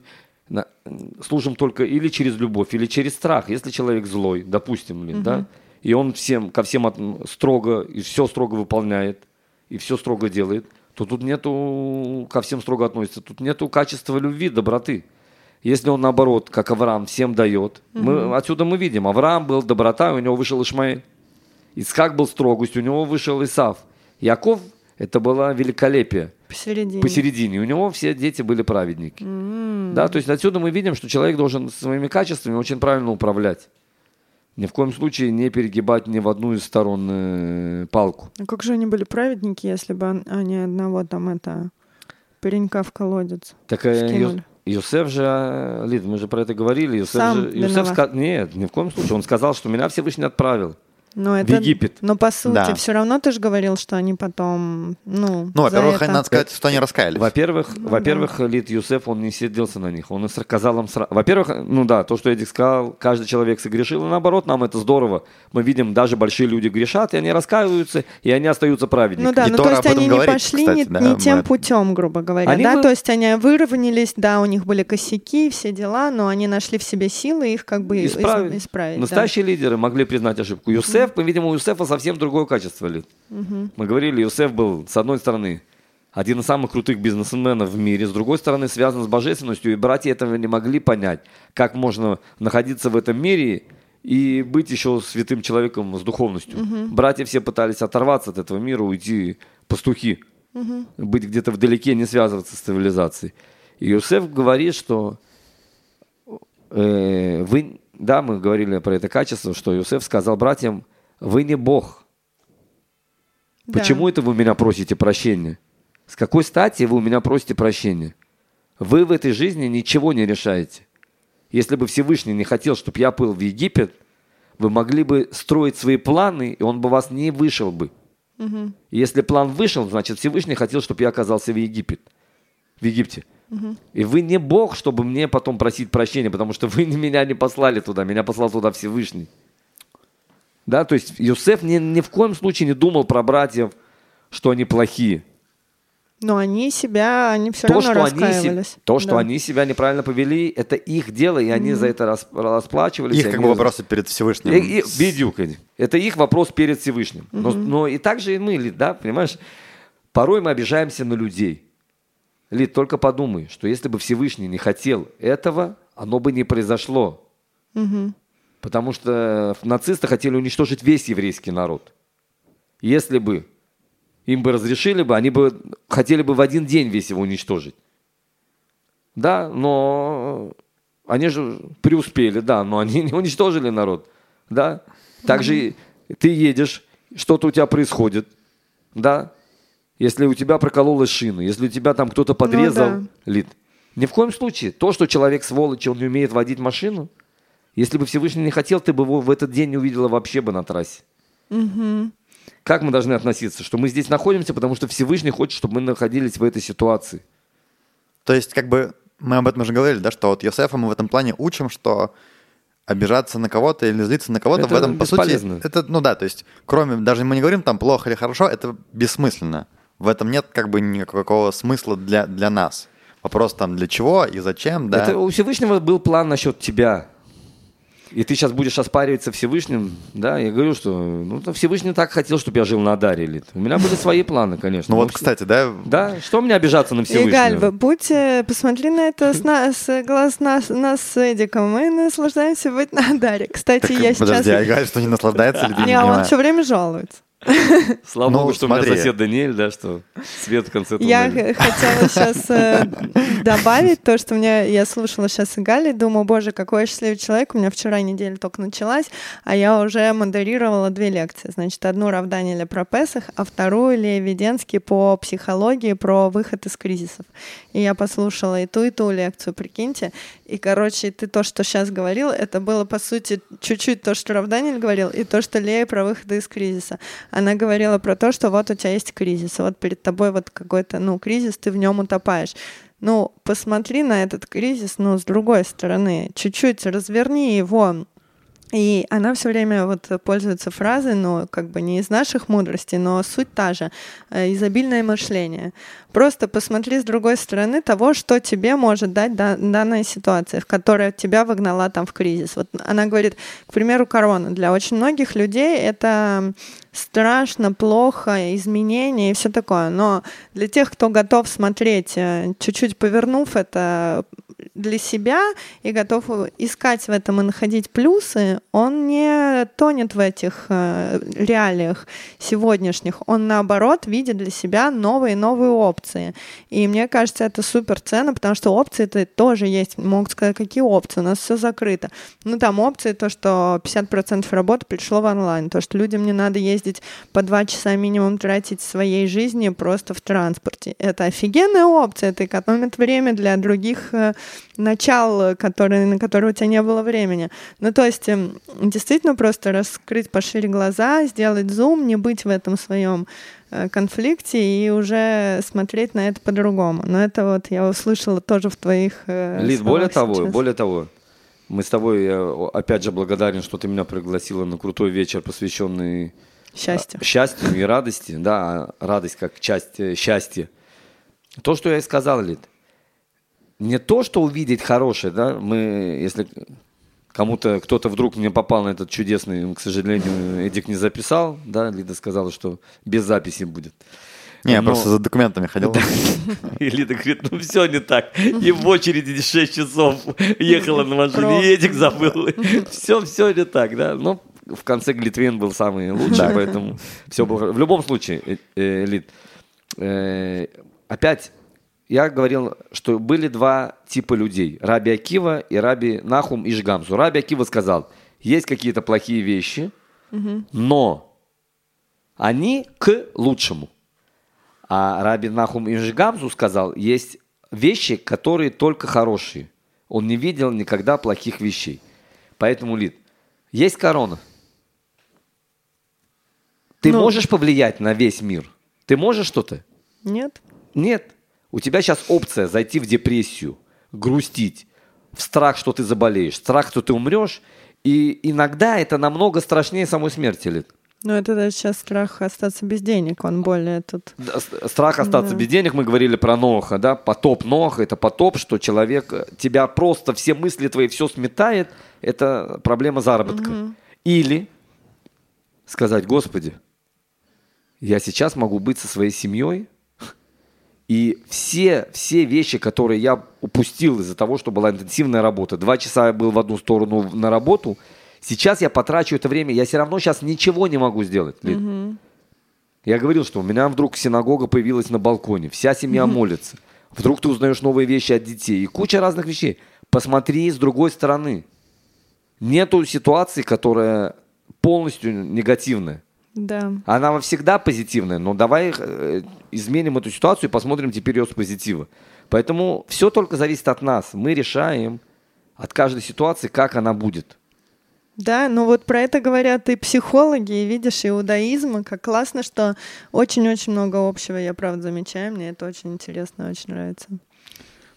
служим только или через любовь, или через страх. Если человек злой, допустим, да, и он ко всем строго, и все строго выполняет, и все строго делает, то тут нету, ко всем строго относится, тут нету качества любви, доброты. Если он наоборот, как Авраам, всем дает, отсюда мы видим, Авраам был доброта, у него вышел Ишмаэль. Ицхак был строгость, у него вышел Исав. Яков, это было великолепие. Посередине. У него все дети были праведники. Да, то есть отсюда мы видим, что человек должен своими качествами очень правильно управлять. Ни в коем случае не перегибать ни в одну из сторон палку. А как же они были праведники, если бы они одного паренька в колодец скинули? Йосеф же, Лид, мы же про это говорили. Йосеф нет, ни в коем случае. Он сказал, что меня Всевышний отправил в Египет. Но по сути, все равно ты же говорил, что они потом, во-первых, надо сказать, что они раскаялись. Во-первых, Лид Йосеф, он не сиделся на них. Он сказал им сразу. Во-первых, то, что Эдик сказал, каждый человек согрешил. И наоборот, нам это здорово. Мы видим, даже большие люди грешат, и они раскаиваются, и они остаются праведниками. То есть они не пошли не тем путем, грубо говоря. То есть они выровнялись, да, у них были косяки, все дела, но они нашли в себе силы их как бы исправить. Настоящие лидеры могли признать ошибку. Йосеф, видимо, у Йосефа совсем другое качество. Мы говорили, Йосеф был, с одной стороны, один из самых крутых бизнесменов в мире, с другой стороны, связан с божественностью, и братья этого не могли понять, как можно находиться в этом мире и быть еще святым человеком с духовностью. Братья все пытались оторваться от этого мира, уйти пастухи, быть где-то вдалеке, не связываться с цивилизацией. И Йосеф говорит, что мы говорили про это качество, что Йосеф сказал братьям, вы не Бог. Да. Почему это вы у меня просите прощения? С какой стати вы у меня просите прощения? Вы в этой жизни ничего не решаете. Если бы Всевышний не хотел, чтобы я плыл в Египет, вы могли бы строить свои планы, и он бы вас не вышел бы. Если план вышел, значит Всевышний хотел, чтобы я оказался в Египте. И вы не Бог, чтобы мне потом просить прощения, потому что вы меня не послали туда, меня послал туда Всевышний. Да, то есть Йосеф ни в коем случае не думал про братьев, что они плохие. Но они все равно раскаивались. Что они себя неправильно повели, это их дело, и они за это расплачивались. Их вопросы перед Всевышним. Бедюк. Это их вопрос перед Всевышним. Но и так же и мы, Лид, да, понимаешь? Порой мы обижаемся на людей. Лид, только подумай, что если бы Всевышний не хотел этого, оно бы не произошло. Потому что нацисты хотели уничтожить весь еврейский народ. Если бы им бы разрешили бы, они бы хотели бы в один день весь его уничтожить. Да, но они же преуспели, да, но они не уничтожили народ. Да? Также ты едешь, что-то у тебя происходит, да, если у тебя прокололась шина, если у тебя там кто-то подрезал, Лид. Ни в коем случае. То, что человек сволочь, он не умеет водить машину, если бы Всевышний не хотел, ты бы его в этот день не увидела вообще бы на трассе. Как мы должны относиться? Что мы здесь находимся, потому что Всевышний хочет, чтобы мы находились в этой ситуации. То есть, как бы, мы об этом уже говорили, да, что вот Йосефа мы в этом плане учим, что обижаться на кого-то или злиться на кого-то Это в этом, по сути, бесполезно. это, ну да, то есть, кроме, даже мы не говорим там плохо или хорошо, это бессмысленно. В этом нет как бы никакого смысла для нас. Вопрос там для чего и зачем, да. Это у Всевышнего был план насчет тебя. И ты сейчас будешь оспаривать со Всевышним, да? Я говорю, что Всевышний так хотел, чтобы я жил на Адаре. Лид. У меня были свои планы, конечно. Ну вот, кстати, да. Да, что мне обижаться на Всевышнего? Игаль, посмотри на это с глаз нас с Эдиком. Мы наслаждаемся быть на Адаре. Кстати, я сейчас... Подожди, а Игаль что, не наслаждается или ты не Не, он понимаешь? все время жалуется. Слава Ну, богу, что у смотри. меня сосед Даниэль, да, что свет в конце Я туннеля. хотела сейчас добавить то, что я слушала сейчас Игаль и думаю, боже, какой я счастливый человек. У меня вчера неделя только началась, а я уже модерировала 2 лекции. Значит, одну Рав Даниэля про Песах, а вторую Лея Веденский по психологии, про выход из кризисов. И я послушала и ту лекцию, прикиньте. И, короче, ты то, что сейчас говорил, это было, по сути, чуть-чуть то, что Рав Даниэль говорил, и то, что Лея про выход из кризиса. Она говорила про то, что вот у тебя есть кризис, вот перед тобой вот какой-то, кризис, ты в нем утопаешь. Посмотри на этот кризис, с другой стороны, чуть-чуть разверни его. И она все время вот пользуется фразой, как бы не из наших мудростей, но суть та же, изобильное мышление. Просто посмотри с другой стороны того, что тебе может дать данная ситуация, в которой тебя выгнала там в кризис. Вот она говорит, к примеру, корона. Для очень многих людей это страшно, плохо, изменения и все такое. Но для тех, кто готов смотреть, чуть-чуть повернув это для себя и готов искать в этом и находить плюсы, он не тонет в этих реалиях сегодняшних. Он, наоборот, видит для себя новые опции. И мне кажется, это супер ценно, потому что опции-то тоже есть. Могут сказать, какие опции? У нас все закрыто. Там опции, то, что 50% работы пришло в онлайн, то, что людям не надо ездить по 2 часа минимум тратить в своей жизни просто в транспорте. Это офигенная опция, это экономит время для других начал, на которые у тебя не было времени. То есть действительно просто раскрыть пошире глаза, сделать зум, не быть в этом своем конфликте и уже смотреть на это по-другому. Но это вот я услышала тоже в твоих Лид, более того, мы с тобой, я опять же благодарен, что ты меня пригласила на крутой вечер, посвященный счастью и радости. Да, радость как часть счастья. То, что я и сказал, Лид, не то, что увидеть хорошее, да, если кто-то вдруг не попал на этот чудесный, к сожалению, Эдик не записал, да, Лида сказала, что без записи будет. Я просто за документами ходил. И Лида говорит, все не так. И в очереди 6 часов ехала на машине, и Эдик забыл. Все не так, да. Но в конце Глитвен был самый лучший, поэтому все было. В любом случае, Лид, опять я говорил, что были 2 типа людей. Раби Акива и Раби Нахум иш Гамзу. Раби Акива сказал, есть какие-то плохие вещи, но они к лучшему. А Раби Нахум иш Гамзу сказал, есть вещи, которые только хорошие. Он не видел никогда плохих вещей. Поэтому, Лид, есть корона. Ты можешь повлиять на весь мир? Ты можешь что-то? Нет. Нет. У тебя сейчас опция зайти в депрессию, грустить, в страх, что ты заболеешь, страх, что ты умрешь. И иногда это намного страшнее самой смерти, Лид. Это даже сейчас страх остаться без денег, он более тут... Страх остаться без денег, мы говорили про Ноха, да, потоп Ноха, это потоп, что человек, тебя просто все мысли твои, все сметает, это проблема заработка. Или сказать, Господи, я сейчас могу быть со своей семьей, и все вещи, которые я упустил из-за того, что была интенсивная работа, 2 часа я был в одну сторону на работу, сейчас я потрачу это время, я все равно сейчас ничего не могу сделать. Я говорил, что у меня вдруг синагога появилась на балконе, вся семья молится, вдруг ты узнаешь новые вещи от детей и куча разных вещей. Посмотри с другой стороны. Нету ситуации, которая полностью негативная. Да. Она всегда позитивная, но давай изменим эту ситуацию и посмотрим теперь ее с позитива. Поэтому все только зависит от нас. Мы решаем от каждой ситуации, как она будет. Да, про это говорят и психологи, и видишь, иудаизм, и как классно, что очень-очень много общего, я правда замечаю, мне это очень интересно, очень нравится.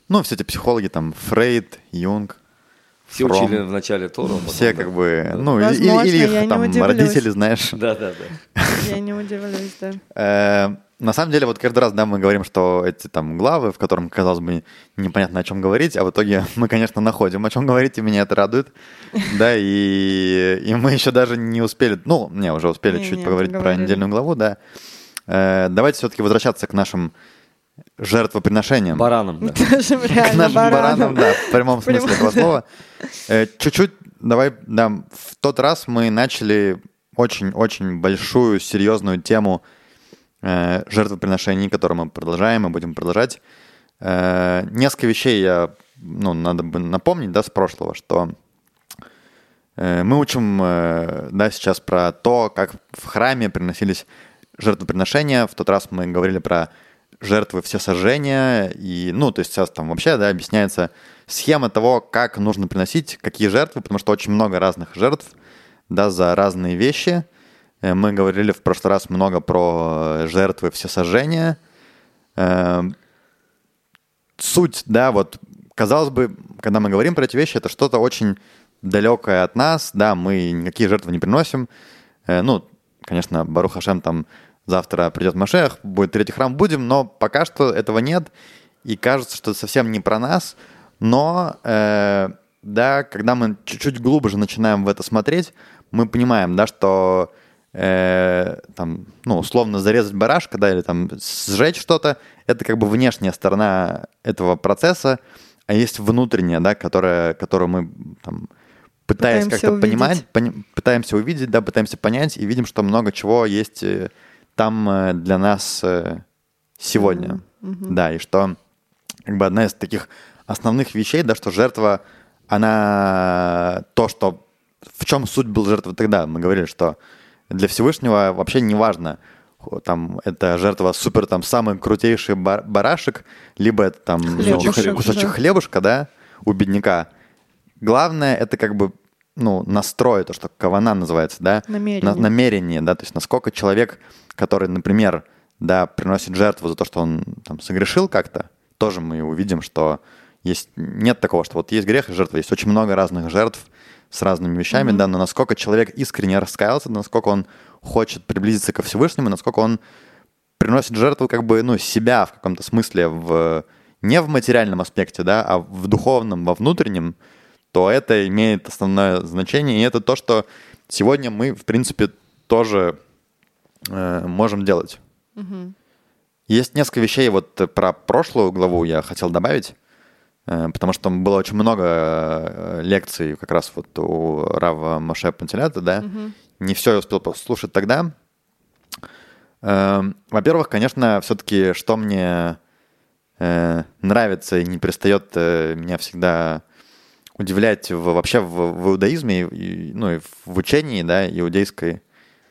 Ну, все эти психологи, там, Фрейд, Юнг, Все Фром. Учили в начале Тору. Потом, Все да. как бы, Да. ну, Возможно, или я их не там удивлюсь. родители, знаешь. Да. Я не удивлюсь, да. На самом деле, вот каждый раз, да, мы говорим, что эти там главы, в котором, казалось бы, непонятно о чем говорить, а в итоге мы, конечно, находим, о чем говорить, и меня это радует. Да, и мы еще даже не успели, ну, не, уже успели чуть поговорить про недельную главу, да. Давайте все-таки возвращаться к нашим жертвоприношениям. Баранам, да. Даже К реально нашим баранам, баранам. да, в прямом смысле этого слова. Чуть-чуть, давай, да, в тот раз мы начали очень-очень большую, серьезную тему жертвоприношений, которые мы продолжаем и будем продолжать. Несколько вещей надо бы напомнить, да, с прошлого, что мы учим, да, сейчас про то, как в храме приносились жертвоприношения. В тот раз мы говорили про жертвы всесожжения, и, ну, то есть сейчас там вообще, да, объясняется схема того, как нужно приносить, какие жертвы, потому что очень много разных жертв, да, за разные вещи. Мы говорили в прошлый раз много про жертвы всесожжения. Суть, да, вот, казалось бы, когда мы говорим про эти вещи, это что-то очень далекое от нас, да, мы никакие жертвы не приносим. Ну, конечно, Барух Хашем, там завтра придет Машех, будет третий храм, будем, но пока что этого нет, и кажется, что это совсем не про нас, но, да, когда мы чуть-чуть глубже начинаем в это смотреть, мы понимаем, да, что там, ну, условно зарезать барашка, да, или там сжечь что-то, это как бы внешняя сторона этого процесса, а есть внутренняя, да, которую мы там пытаясь как-то понимать, пытаемся увидеть, да, пытаемся понять и видим, что много чего есть там для нас сегодня, да, и что как бы одна из таких основных вещей, да, что жертва, она то, что в чем суть был жертвы тогда, мы говорили, что для Всевышнего вообще не важно, там, это жертва супер, там, самый крутейший барашек, либо это там кусочек хлебушка, да, у бедняка. Главное, это как бы, ну, настрой, то, что кавана называется, да, намерение, да, то есть насколько человек, который, например, да, приносит жертву за то, что он там согрешил как-то, тоже мы увидим, что нет такого, что вот есть грех и жертва, есть очень много разных жертв с разными вещами, да, но насколько человек искренне раскаялся, насколько он хочет приблизиться ко Всевышнему, насколько он приносит жертву как бы, ну, себя в каком-то смысле не в материальном аспекте, да, а в духовном, во внутреннем, то это имеет основное значение, и это то, что сегодня мы, в принципе, тоже можем делать. Есть несколько вещей, вот про прошлую главу я хотел добавить, потому что было очень много лекций как раз вот у Рава Моше Пантелята, да, не все я успел послушать тогда. Во-первых, конечно, все-таки, что мне нравится и не перестает меня всегда удивлять вообще в иудаизме, ну и в учении, да, иудейской,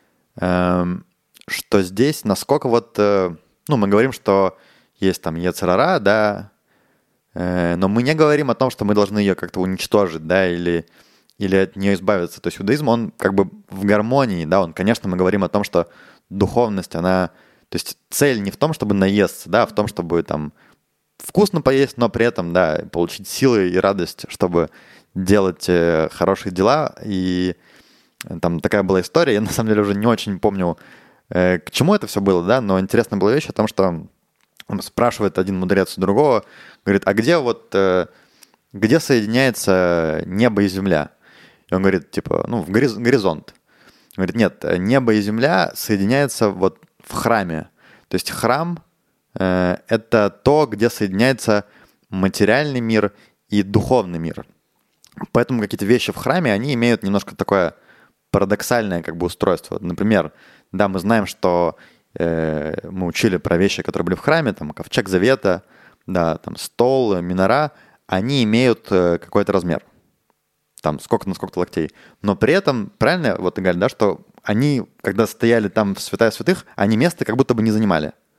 что здесь насколько вот, ну, мы говорим, что есть там Йецер ара, да, но мы не говорим о том, что мы должны ее как-то уничтожить, да, или от нее избавиться. То есть иудаизм, он как бы в гармонии, да, конечно, мы говорим о том, что духовность, она, то есть цель не в том, чтобы наесться, да, а в том, чтобы там вкусно поесть, но при этом, да, получить силы и радость, чтобы делать хорошие дела. И там такая была история, я на самом деле уже не очень помню, к чему это все было, да, но интересная была вещь о том, что спрашивает один мудрец у другого, говорит, а где соединяется небо и земля? И он говорит, типа, ну, в горизонт. Он говорит, нет, небо и земля соединяются вот в храме. То есть храм это то, где соединяется материальный мир и духовный мир. Поэтому какие-то вещи в храме, они имеют немножко такое парадоксальное как бы устройство. Например, да, мы знаем, что мы учили про вещи, которые были в храме, там ковчег завета, да, там стол, минора, они имеют какой-то размер. Там сколько на сколько-то локтей. Но при этом, правильно, вот ты говоришь, да, что они, когда стояли там в святая святых, они место как будто бы не занимали.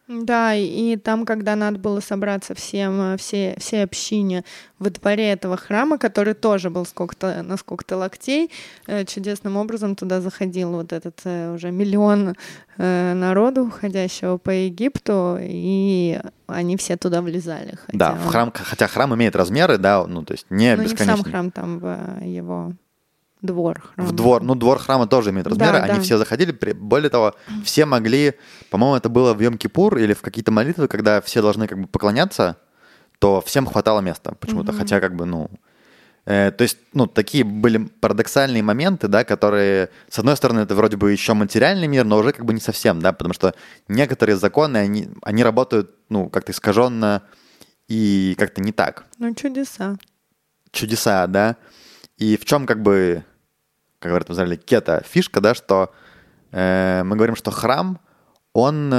Да, и там, когда надо было собраться всей общине во дворе этого храма, который тоже был на сколько-то локтей, чудесным образом туда заходил вот этот уже миллион народу, уходящего по Египту, и они все туда влезали. Да, в храм, хотя храм имеет размеры, да, ну то есть не бесконечный. Не в сам храм, там в его... Двор храма. Двор храма тоже имеет размеры, они все заходили, более того, все могли, по-моему, это было в Йом-Кипур или в какие-то молитвы, когда все должны как бы поклоняться, то всем хватало места почему-то, хотя как бы, то есть, такие были парадоксальные моменты, да, которые, с одной стороны, это вроде бы еще материальный мир, но уже как бы не совсем, да, потому что некоторые законы, они работают, как-то искаженно и как-то не так. Чудеса. Чудеса, да. И в чем, как говорят в Израиле, кета, фишка, да, что мы говорим, что храм, он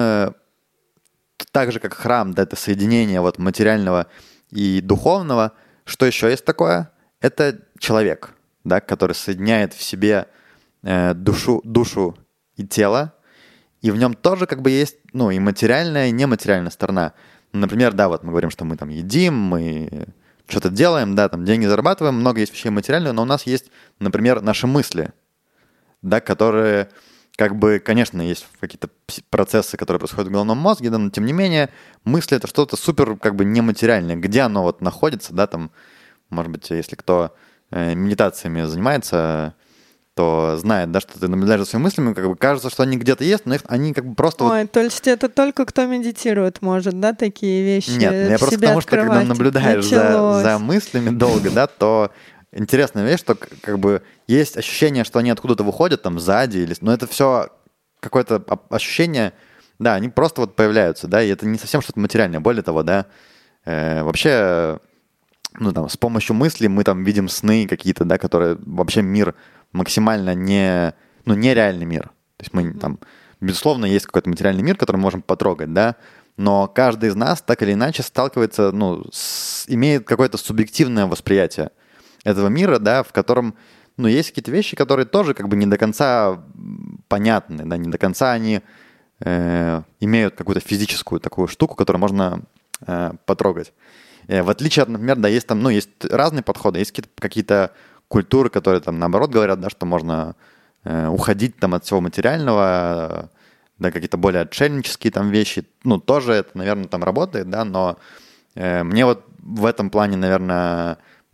так же, как храм, да, это соединение вот материального и духовного. Что еще есть такое? Это человек, да, который соединяет в себе душу и тело, и в нем тоже как бы есть, и материальная, и нематериальная сторона. Например, да, вот мы говорим, что мы там едим, мы... что-то делаем, да, там деньги зарабатываем, много есть вещей материальных, но у нас есть, например, наши мысли, да, которые, как бы, конечно, есть какие-то процессы, которые происходят в головном мозге, да, но тем не менее, мысли — это что-то супер, как бы, нематериальное. Где оно вот находится, да, там, может быть, если кто медитациями занимается, то знает, да, что ты наблюдаешь за своими мыслями, как бы кажется, что они где-то есть, но они как бы просто... Ой, то есть это только кто медитирует может, да, такие вещи? Нет, я просто потому, что когда наблюдаешь за мыслями долго, да, то интересная вещь, что как бы есть ощущение, что они откуда-то выходят, там, сзади, но это все какое-то ощущение, да, они просто вот появляются, да, и это не совсем что-то материальное. Более того, да, вообще, там, с помощью мыслей мы там видим сны какие-то, да, которые вообще мир максимально нереальный мир. То есть мы там, безусловно, есть какой-то материальный мир, который мы можем потрогать, да, но каждый из нас так или иначе сталкивается, имеет какое-то субъективное восприятие этого мира, да, в котором, есть какие-то вещи, которые тоже как бы не до конца понятны, да, не до конца они имеют какую-то физическую такую штуку, которую можно потрогать. В отличие от, например, да, есть там, есть разные подходы, есть какие-то культуры, которые там наоборот говорят, да, что можно уходить там от всего материального, да, какие-то более отшельнические там вещи, тоже это, наверное, там работает, да, но мне вот в этом плане, наверное,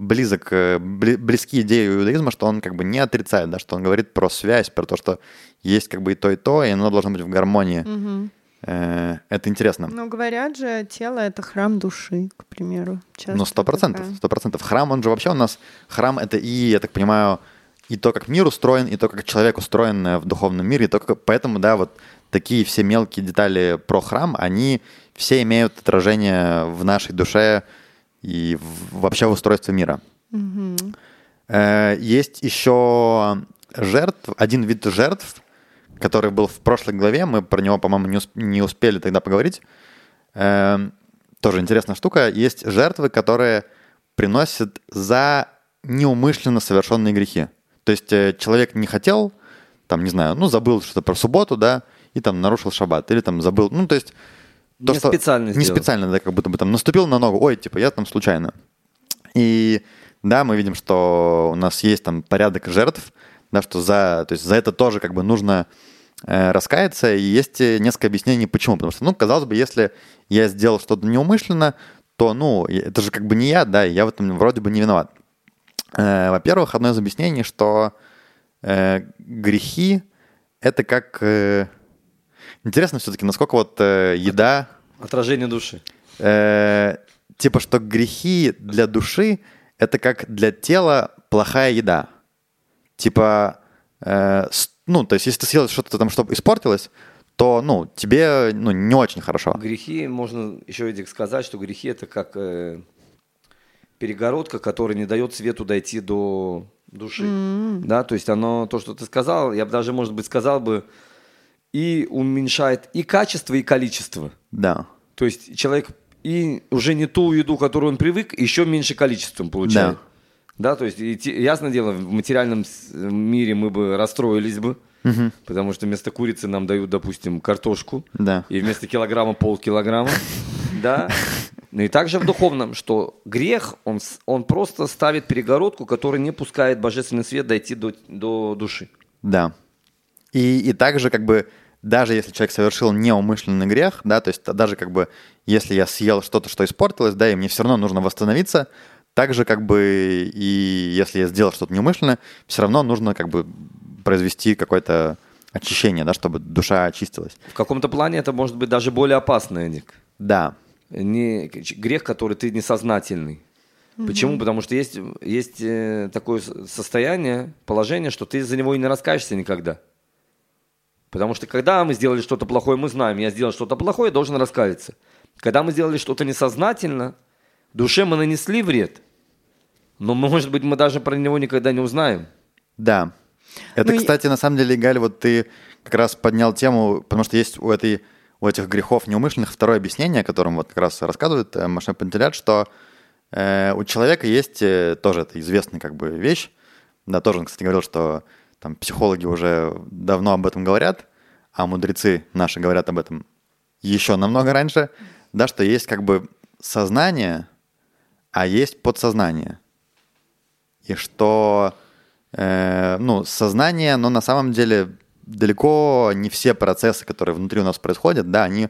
близки идеи иудаизма, что он как бы не отрицает, да, что он говорит про связь, про то, что есть как бы и то, и оно должно быть в гармонии. Угу. Это интересно. Говорят же, тело — это храм души, к примеру. 100%. Храм, он же вообще у нас... Храм — это и, я так понимаю, и то, как мир устроен, и то, как человек устроен в духовном мире, и то, как... Поэтому, да, вот такие все мелкие детали про храм, они все имеют отражение в нашей душе и вообще в устройстве мира. Угу. Есть еще один вид жертв, который был в прошлой главе, мы про него, по-моему, не успели тогда поговорить. Тоже интересная штука. Есть жертвы, которые приносят за неумышленно совершенные грехи. То есть человек не хотел, там, не знаю, забыл что-то про субботу, да, и там нарушил шаббат, или там забыл, то есть... Не специально, да, как будто бы там наступил на ногу, я там случайно. И да, мы видим, что у нас есть там порядок жертв, да, что за это тоже как бы нужно раскаяться, и есть несколько объяснений, почему. Потому что, казалось бы, если я сделал что-то неумышленно, то, это же как бы не я, да, и я в этом вроде бы не виноват. Во-первых, одно из объяснений, что грехи — это как... Интересно все-таки, насколько вот еда... Отражение души. Типа, что грехи для души — это как для тела плохая еда. Типа, то есть, если ты съел что-то там, чтобы испортилось, то, тебе, не очень хорошо. Грехи, можно еще, Эдик, сказать, что грехи — это как перегородка, которая не дает свету дойти до души. Mm-hmm. Да, то есть оно, то, что ты сказал, я бы даже, может быть, сказал бы, и уменьшает и качество, и количество. Да. То есть человек и уже не ту еду, которую он привык, еще меньше количеством получает. Да. Да, то есть, ясное дело, в материальном мире мы бы расстроились бы. Потому что вместо курицы нам дают, допустим, картошку. Да. И вместо килограмма полкилограмма. Да. Ну и также в духовном, что грех, он просто ставит перегородку, которая не пускает божественный свет дойти до души. Да. И также как бы даже если человек совершил неумышленный грех, да, то есть даже как бы если я съел что-то, что испортилось, да, и мне все равно нужно восстановиться, также как бы и если я сделал что-то неумышленно, все равно нужно как бы произвести какое-то очищение, да, чтобы душа очистилась. В каком-то плане это может быть даже более опасно, Ник. Да. Не грех, который ты несознательный. Почему? Потому что есть такое состояние, положение, что ты за него и не раскаешься никогда. Потому что когда мы сделали что-то плохое, мы знаем, я сделал что-то плохое, должен раскаяться. Когда мы сделали что-то несознательно, душе мы нанесли вред, но, может быть, мы даже про него никогда не узнаем. Да. Это, кстати, на самом деле, Галь, вот ты как раз поднял тему, потому что есть у этих грехов неумышленных второе объяснение, о котором вот как раз рассказывает Моше Пантелят, что у человека есть тоже это известная как бы вещь. Да, тоже он, кстати, говорил, что там психологи уже давно об этом говорят, а мудрецы наши говорят об этом еще намного раньше, да, что есть как бы сознание, а есть подсознание. И что сознание, но на самом деле далеко не все процессы, которые внутри у нас происходят, да, они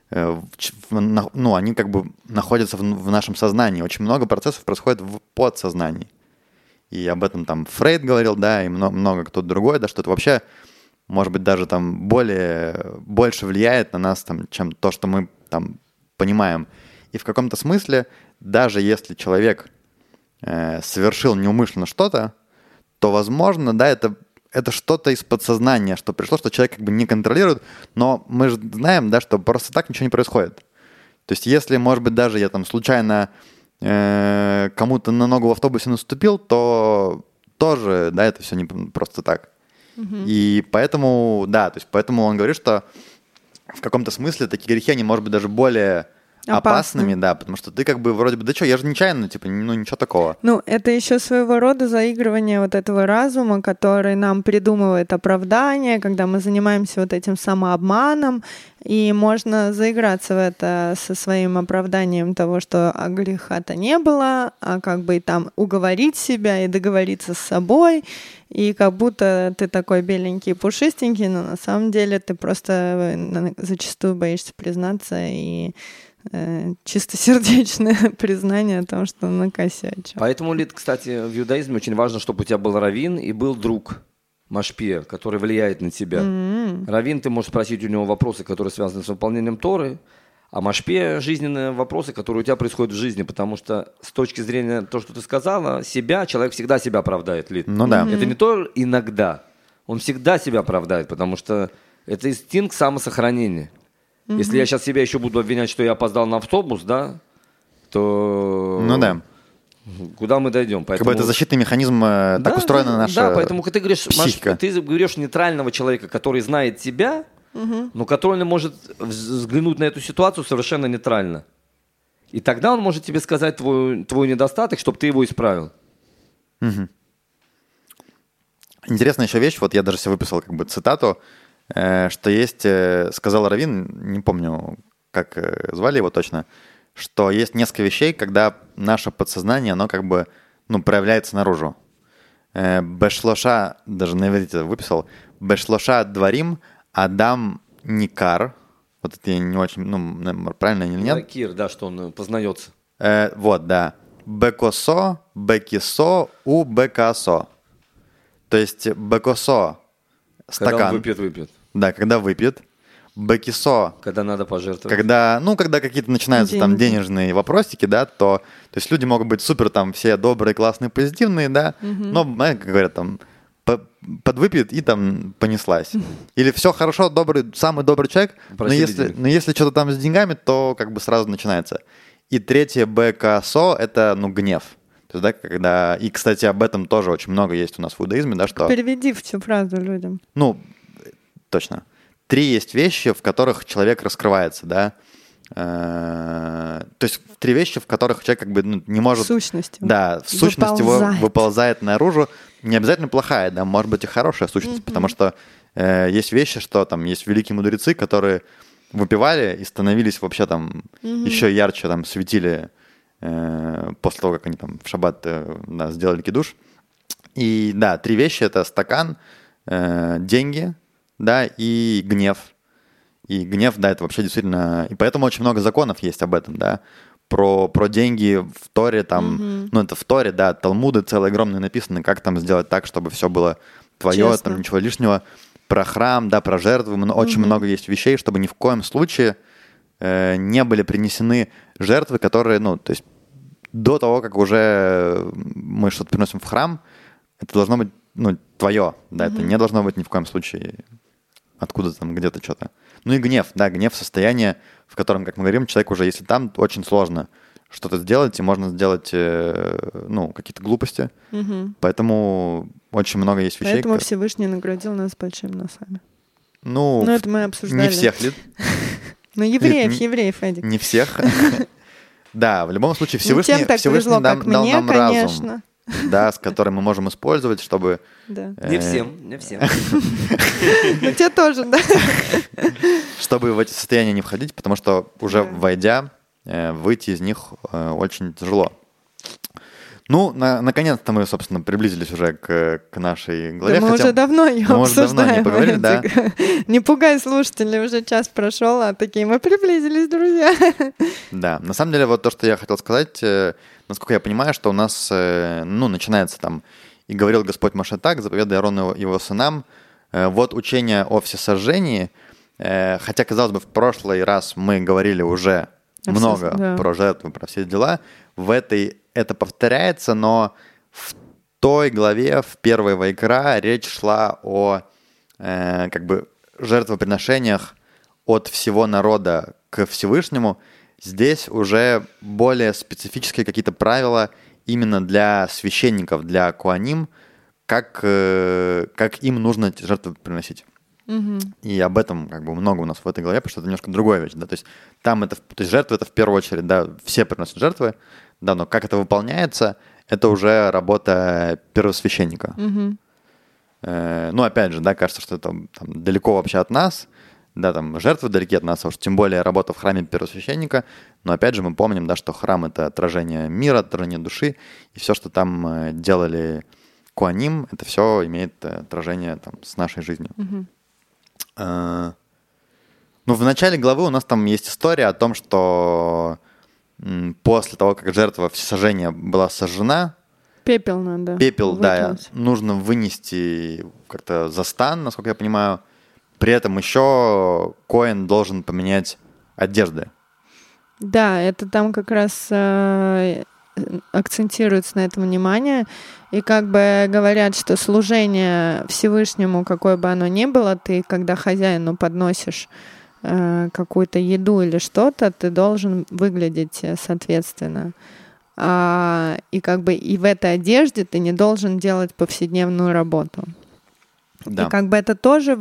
как бы находятся в нашем сознании. Очень много процессов происходит в подсознании. И об этом там Фрейд говорил, да, и много кто-то другой, да, что это вообще, может быть, даже там больше влияет на нас, там, чем то, что мы там понимаем. И в каком-то смысле, даже если человек совершил неумышленно что-то, то, возможно, да, это что-то из подсознания, что пришло, что человек как бы не контролирует, но мы же знаем, да, что просто так ничего не происходит. То есть если, может быть, даже я там случайно кому-то на ногу в автобусе наступил, то тоже, да, это все не просто так. И поэтому, да, то есть поэтому он говорит, что в каком-то смысле такие грехи, они, может быть, даже более опасными, да, потому что ты как бы вроде бы, да что, я же нечаянно, типа, ничего такого. Это еще своего рода заигрывание вот этого разума, который нам придумывает оправдание, когда мы занимаемся вот этим самообманом, и можно заиграться в это со своим оправданием того, что греха-то не было, а как бы и там уговорить себя и договориться с собой, и как будто ты такой беленький, пушистенький, но на самом деле ты просто зачастую боишься признаться и чистосердечное признание о том, что накосячил. Поэтому, Лид, кстати, в иудаизме очень важно, чтобы у тебя был раввин и был друг Машпия, который влияет на тебя. Раввин, ты можешь спросить у него вопросы, которые связаны с выполнением Торы, а Машпия — жизненные вопросы, которые у тебя происходят в жизни, потому что с точки зрения того, что ты сказала, человек всегда себя оправдает, Лид. Ну да. Это не то иногда, он всегда себя оправдает, потому что это инстинкт самосохранения. Если я сейчас себя еще буду обвинять, что я опоздал на автобус, да, то... Ну да. Куда мы дойдем? Поэтому... Как бы это защитный механизм, так устроена наша Да, поэтому ты говоришь, психика. Ты говоришь нейтрального человека, который знает тебя, но который не может взглянуть на эту ситуацию совершенно нейтрально. И тогда он может тебе сказать твой недостаток, чтобы ты его исправил. Интересная еще вещь, вот я даже себе выписал как бы цитату, что есть, сказал раввин, не помню, как звали его точно, что есть несколько вещей, когда наше подсознание, оно как бы, проявляется наружу. Бешлоша, даже на иврите выписал, Бешлоша дворим Адам Никар. Вот это я не очень, правильно или нет? Накир, да, что он познается. Вот, да. Бекосо, бекисо, у бекасо. То есть бекосо — стакан. Когда он выпьет. Да, когда выпьет. Бекисо. Когда надо пожертвовать. Когда какие-то начинаются там денежные вопросики, да, то есть люди могут быть супер там все добрые, классные, позитивные, да, но, как говорят, там, подвыпьет и там понеслась. Или все хорошо, самый добрый человек, но если что-то там с деньгами, то как бы сразу начинается. И третье БКСО — это, гнев. То есть, да, когда... И, кстати, об этом тоже очень много есть у нас в иудаизме, да, что... Переведи всю фразу людям. Точно. 3 есть вещи, в которых человек раскрывается, да. То есть 3 вещи, в которых человек как бы не может... В сущности. Да, в сущности его выползает наружу. Не обязательно плохая, да, может быть и хорошая сущность, потому что есть вещи, что там есть великие мудрецы, которые выпивали и становились вообще там еще ярче, там светили после того, как они там в шаббат сделали кидуш. И да, 3 вещи — это стакан, деньги, да, и гнев. И гнев, да, это вообще действительно... И поэтому очень много законов есть об этом, да. Про деньги в Торе там... Ну, это в Торе, да, талмуды целые огромные написаны, как там сделать так, чтобы все было твое, честно. там ничего лишнего. Про храм, да, про жертвы. Очень много есть вещей, чтобы ни в коем случае не были принесены жертвы, которые, ну, то есть до того, как уже мы что-то приносим в храм, это должно быть, ну, твое, да, это не должно быть ни в коем случае откуда там где-то что-то. Ну и гнев, да, гнев — состояние, в котором, как мы говорим, человек уже, если там, то очень сложно что-то сделать, и можно сделать, ну, какие-то глупости. Поэтому очень много есть вещей. Поэтому Всевышний наградил нас большими носами. Ну, это мы обсуждали. Не всех, Лид. Ну, евреев, Эдик. Не всех. Да, в любом случае Всевышний тем так повезло, дал как мне, нам конечно. разум, да, с которым мы можем использовать, чтобы... Да. Не всем, не всем. Ну, тебе тоже, да. Чтобы в эти состояния не входить, потому что уже войдя, выйти из них очень тяжело. Ну, наконец-то мы, собственно, приблизились уже к нашей главе. Да мы уже давно ее обсуждаем. Мы уже давно не поговорили, да. Не пугай слушателей, уже час прошел, а такие мы приблизились, друзья. Да, на самом деле, вот то, что я хотел сказать, насколько я понимаю, что у нас, ну, начинается там, и говорил Господь Моше так, заповедай Аарону его сынам, вот учение о всесожжении, хотя, казалось бы, в прошлый раз мы говорили уже много про жертву, про все дела, в этой это повторяется, но в той главе, в первой Вайкра, речь шла о как бы жертвоприношениях от всего народа к Всевышнему. Здесь уже более специфические какие-то правила именно для священников, для коаним, как им нужно эти жертвы приносить. И об этом как бы много у нас в этой главе, потому что это немножко другая вещь. Да? То есть там то есть жертвы — это в первую очередь, да, все приносят жертвы, да, но как это выполняется, это уже работа первосвященника. Ну, опять же, да, кажется, что это там далеко вообще от нас, да, там жертвы далеки от нас, а уж тем более работа в храме первосвященника, но опять же мы помним, да, что храм — это отражение мира, отражение души, и все, что там делали коаним, это все имеет отражение там с нашей жизнью. Ну, в начале главы у нас там есть история о том, что после того, как жертва всесожжения была сожжена, пепел надо. Пепел, да, нужно вынести как-то за стан, насколько я понимаю. При этом еще коэн должен поменять одежды. Да, это там как раз акцентируется на этом внимание. И как бы говорят, что служение Всевышнему, какое бы оно ни было, ты, когда хозяину подносишь какую-то еду или что-то, ты должен выглядеть соответственно. И как бы и в этой одежде ты не должен делать повседневную работу. Да. И как бы это тоже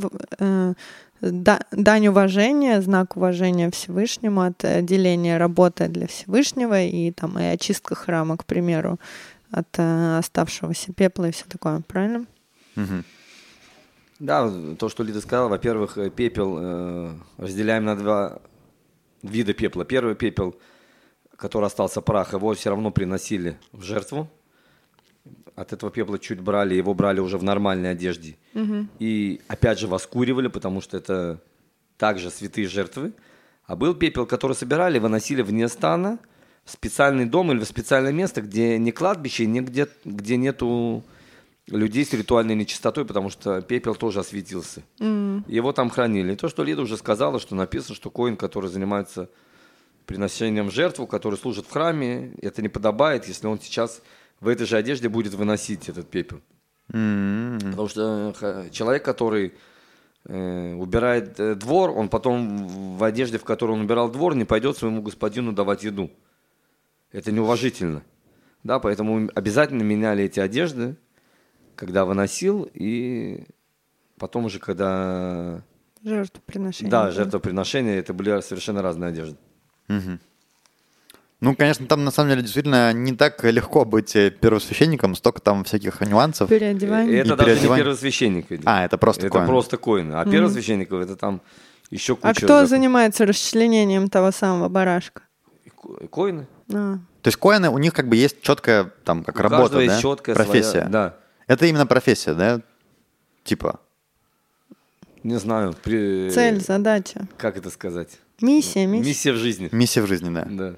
дань уважения, знак уважения Всевышнему, от отделения работы для Всевышнего и там и очистка храма, к примеру, от оставшегося пепла и все такое, правильно? Угу. Да, то, что Лида сказала, во-первых, пепел разделяем на 2 вида пепла. Первый пепел, который остался прах, его все равно приносили в жертву. От этого пепла чуть брали, его брали уже в нормальной одежде. И опять же воскуривали, потому что это также святые жертвы. А был пепел, который собирали, выносили вне стана, в специальный дом или в специальное место, где не кладбище, нигде, где нету людей с ритуальной нечистотой, потому что пепел тоже осветился. Его там хранили. И то, что Лида уже сказала, что написано, что коэн, который занимается приношением жертву, который служит в храме, это не подобает, если он сейчас в этой же одежде будет выносить этот пепел. Потому что человек, который убирает двор, он потом в одежде, в которой он убирал двор, не пойдет своему господину давать еду. Это неуважительно. Да, поэтому обязательно меняли эти одежды, когда выносил, и потом уже, когда... Жертвоприношение. Да, жертвоприношения, это были совершенно разные одежды. Мгм. Ну, конечно, там на самом деле действительно не так легко быть первосвященником, столько там всяких нюансов. Переодевание. Это И даже не переодевание. первосвященник идет. А, это просто Это коин. просто коины. А первосвященников это там еще куча... А кто законов. занимается расчленением того самого барашка? Коины? А. То есть коины, у них как бы есть четкая там как У работа, каждого да? есть четкая профессия. своя... Да. Это именно профессия, да? Типа. Не знаю. Цель, задача. Как это сказать? Миссия. Миссия в жизни. Миссия в жизни, да. Да.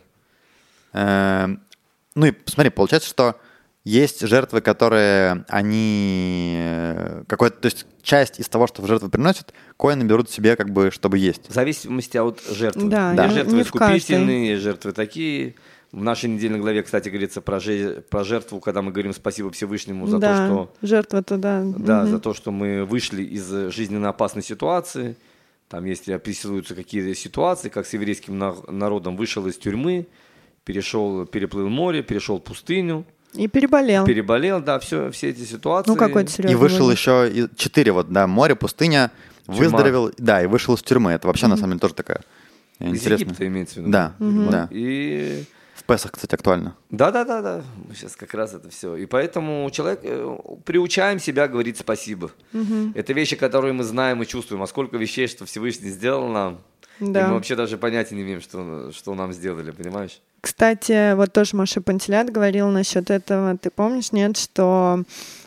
Ну и смотри, получается, что есть жертвы, которые они какой-то, то есть часть из того, что в жертву приносят, коины берут себе как бы, чтобы есть. В зависимости от жертвы. Да, Есть не жертвы в каждой. искупительные, есть жертвы такие. В нашей недельной главе, кстати, говорится про жертву, когда мы говорим спасибо Всевышнему за Да, то, что... жертва туда. Да, за то, что мы вышли из жизненно опасной ситуации. Там есть описываются какие-то ситуации, как с еврейским народом вышел из тюрьмы, переплыл море, перешел пустыню, И переболел. переболел, да, все эти ситуации. Ну, какой-то И серьезный. вышел момент. еще 4 вот, да, море, пустыня, Тюрьма. выздоровел, да, и вышел из тюрьмы. Это вообще на самом деле тоже такая Из интересная. Египта имеется в виду. Да, да. И В Песах, кстати, актуально. да. Мы сейчас как раз это все. И поэтому человек приучаем себя говорить спасибо. Это вещи, которые мы знаем и чувствуем. А сколько вещей, что Всевышний сделал нам, Да. и мы вообще даже понятия не имеем, что нам сделали, понимаешь? Кстати, вот тоже Маша Пантелят говорил насчет этого. Ты помнишь, нет, что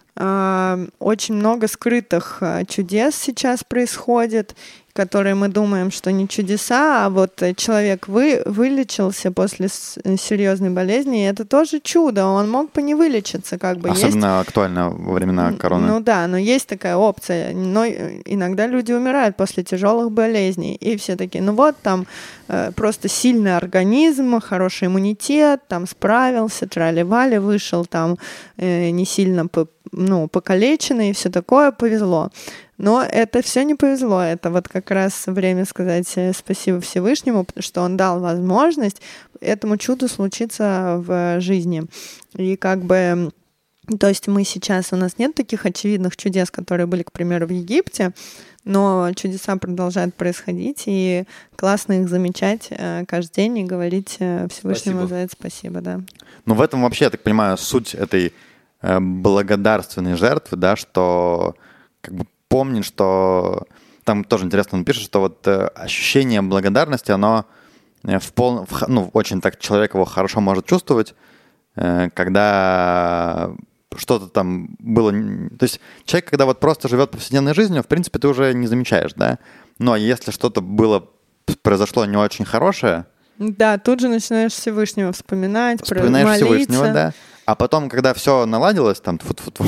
очень много скрытых чудес сейчас происходит, которые мы думаем, что не чудеса, а вот человек вылечился после серьезной болезни, и это тоже чудо. Он мог бы не вылечиться, как бы. Особенно актуально во времена короны. Ну да, но есть такая опция. Но иногда люди умирают после тяжелых болезней, и все такие, ну вот там просто сильный организм, хороший иммунитет, там справился, трали-вали, вышел там не сильно покалеченный, и все такое, повезло. Но это все не повезло. Это вот как раз время сказать спасибо Всевышнему, что он дал возможность этому чуду случиться в жизни. И как бы, то есть мы сейчас, у нас нет таких очевидных чудес, которые были, к примеру, в Египте, но чудеса продолжают происходить, и классно их замечать каждый день и говорить Всевышнему Спасибо. за это спасибо, да. Ну, в этом вообще, я так понимаю, суть этой благодарственной жертвы, да, что как бы помнит, что там тоже интересно, он пишет, что вот ощущение благодарности, оно очень так человек его хорошо может чувствовать, когда что-то там было... То есть человек, когда вот просто живет повседневной жизнью, в принципе, ты уже не замечаешь, да? Но если что-то произошло не очень хорошее... Да, тут же начинаешь Всевышнего вспоминаешь Вспоминаешь молиться. Всевышнего, да. А потом, когда все наладилось, там,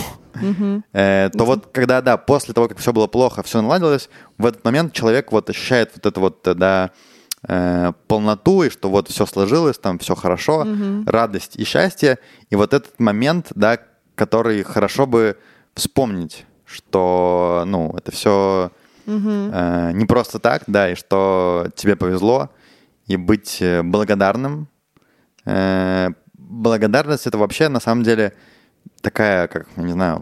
то вот когда, да, после того, как все было плохо, все наладилось, в этот момент человек вот ощущает вот это вот, да, полноту, и что вот все сложилось, там все хорошо, радость и счастье. И вот этот момент, да, который хорошо бы вспомнить, что, ну, это все не просто так, да, и что тебе повезло, и быть благодарным. Благодарность — это вообще, на самом деле, такая, как, я не знаю...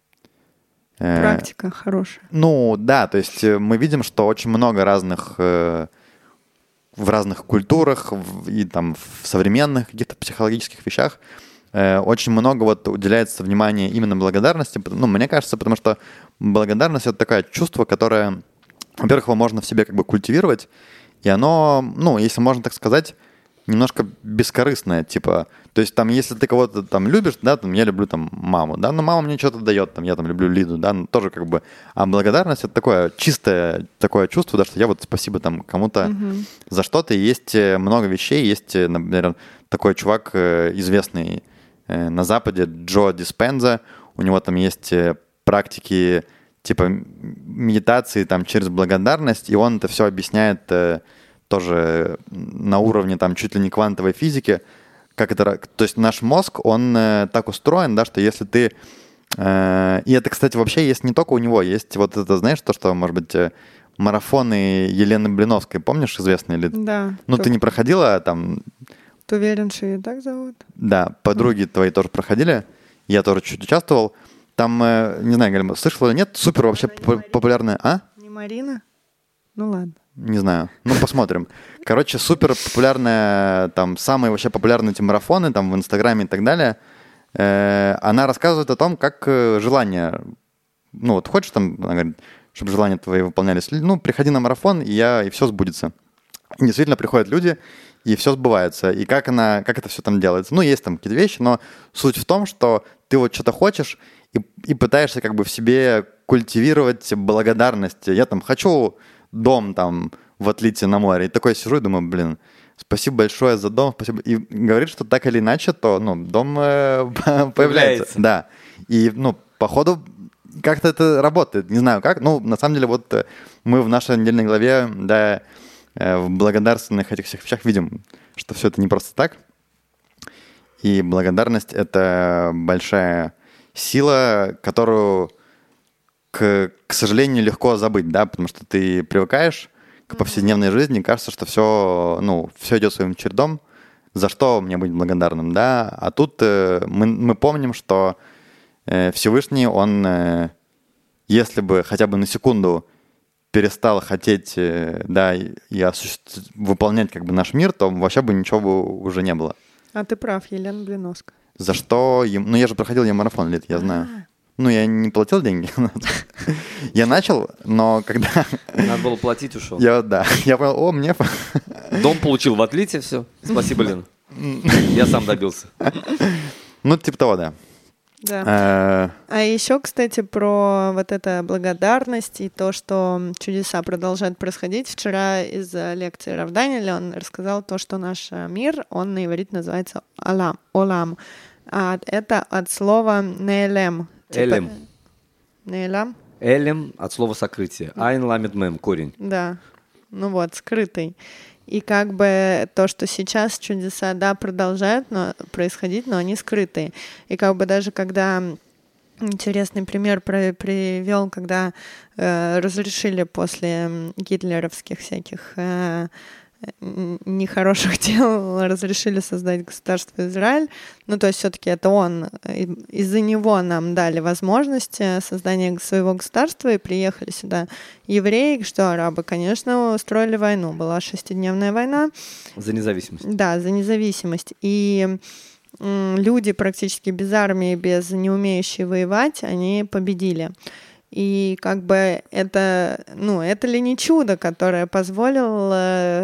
Практика хорошая. Ну, да, то есть мы видим, что очень много разных... в разных культурах и там в современных каких-то психологических вещах очень много вот уделяется внимания именно благодарности. Ну, мне кажется, потому что благодарность — это такое чувство, которое, во-первых, его можно в себе как бы культивировать, и оно, ну, если можно так сказать, немножко бескорыстное, типа, то есть там, если ты кого-то там любишь, да, там, я люблю там маму, да, но мама мне что-то дает, там, я там люблю Лиду, да, ну, тоже как бы, а благодарность — это такое чистое такое чувство, да, что я вот спасибо там кому-то за что-то, и есть много вещей, есть, например, такой чувак известный на Западе, Джо Диспенза, у него там есть практики типа медитации там через благодарность, и он это все объясняет тоже на уровне там чуть ли не квантовой физики, как это, то есть наш мозг, он так устроен, да, что если ты, и это, кстати, вообще есть не только у него, есть вот это, знаешь, то, что, может быть, марафоны Елены Блиновской, помнишь, известные ли? Да. Ну, ты не проходила там? Ты уверен, что ее так зовут? Да, подруги твои тоже проходили, я тоже чуть участвовал. Там, не знаю, Галина, слышала или нет, супер вообще популярная, а? Не Марина? Ну ладно. Не знаю. Ну, посмотрим. Короче, супер популярная, там, самые вообще популярные эти марафоны, там, в Инстаграме и так далее. Она рассказывает о том, как желание... Ну, вот хочешь там, она говорит, чтобы желания твои выполнялись, ну, приходи на марафон, и все сбудется. И действительно приходят люди, и все сбывается. И как это все там делается? Ну, есть там какие-то вещи, но суть в том, что ты вот что-то хочешь и пытаешься как бы в себе культивировать благодарность. Я там хочу дом там в Атлите на море. И такой сижу и думаю, блин, спасибо большое за дом, спасибо. И говорит, что так или иначе, то, ну, дом появляется. Да. И, ну, походу, как-то это работает. Не знаю как. Ну, на самом деле, вот мы в нашей недельной главе, да, в благодарственных этих всех вещах видим, что все это не просто так. И благодарность — это большая сила, которую, к сожалению, легко забыть, да, потому что ты привыкаешь к повседневной жизни, кажется, что все идет своим чередом, за что мне быть благодарным, да. А тут мы помним, что Всевышний, он, если бы хотя бы на секунду перестал хотеть, да, и выполнять как бы наш мир, то вообще бы ничего бы уже не было. А ты прав, Елена Блиновская. За что... Ну, я же проходил марафон лет, я знаю. Ну, я не платил деньги. Я начал, но когда... Надо было платить, ушел. Я понял, мне... Дом получил в Атлите, все. Спасибо, Лена. Я сам добился. Ну, типа того, да. Да. А еще, кстати, про вот это благодарность и то, что чудеса продолжают происходить. Вчера из лекции Рав Даниэля он рассказал то, что наш мир, он на иврите называется олам. А это от слова неэлем. Элем. Неэлем? Элем от слова сокрытие. Айн ламет мем, корень. Да. Ну вот, скрытый. И как бы то, что сейчас чудеса, да, продолжают происходить, но они скрытые. И как бы даже когда... Интересный пример привел, когда разрешили после гитлеровских всяких нехороших дел, разрешили создать государство Израиль. Ну, то есть все-таки это из-за него нам дали возможность создания своего государства, и приехали сюда евреи, что арабы, конечно, устроили войну. Была 6-дневная война. За независимость. Да, за независимость. И люди практически без армии, без не умеющие воевать, они победили. И как бы это ли не чудо, которое позволил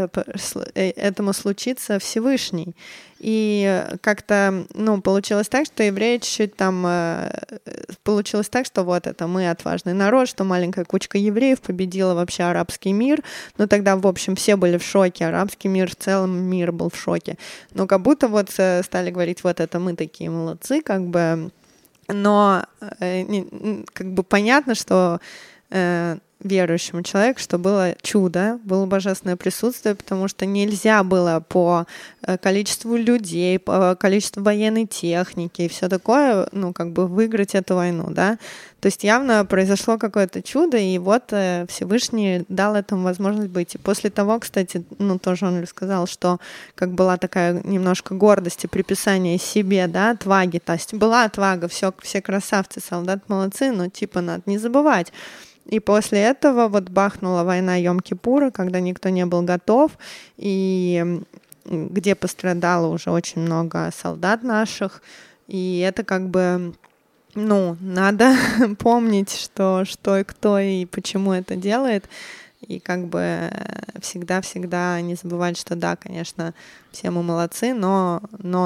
этому случиться Всевышний? И как-то, получилось так, что евреи чуть-чуть получилось так, что вот это мы отважный народ, что маленькая кучка евреев победила вообще арабский мир. Но тогда, в общем, все были в шоке, арабский мир, в целом мир был в шоке. Но как будто вот стали говорить, вот это мы такие молодцы, как бы... Но как бы понятно, что верующему человеку, что было чудо, было божественное присутствие, потому что нельзя было по количеству людей, по количеству военной техники и все такое, как бы выиграть эту войну, да. То есть явно произошло какое-то чудо, и вот Всевышний дал этому возможность быть. И после того, кстати, тоже он рассказал, что как была такая немножко гордость и приписание себе, да, отваги. То есть была отвага, все красавцы, солдаты молодцы, но типа надо не забывать. И после этого вот бахнула война Йом-Кипура, когда никто не был готов, и где пострадало уже очень много солдат наших. И это как бы, надо помнить, что и кто, и почему это делает. И как бы всегда не забывать, что да, конечно, все мы молодцы, но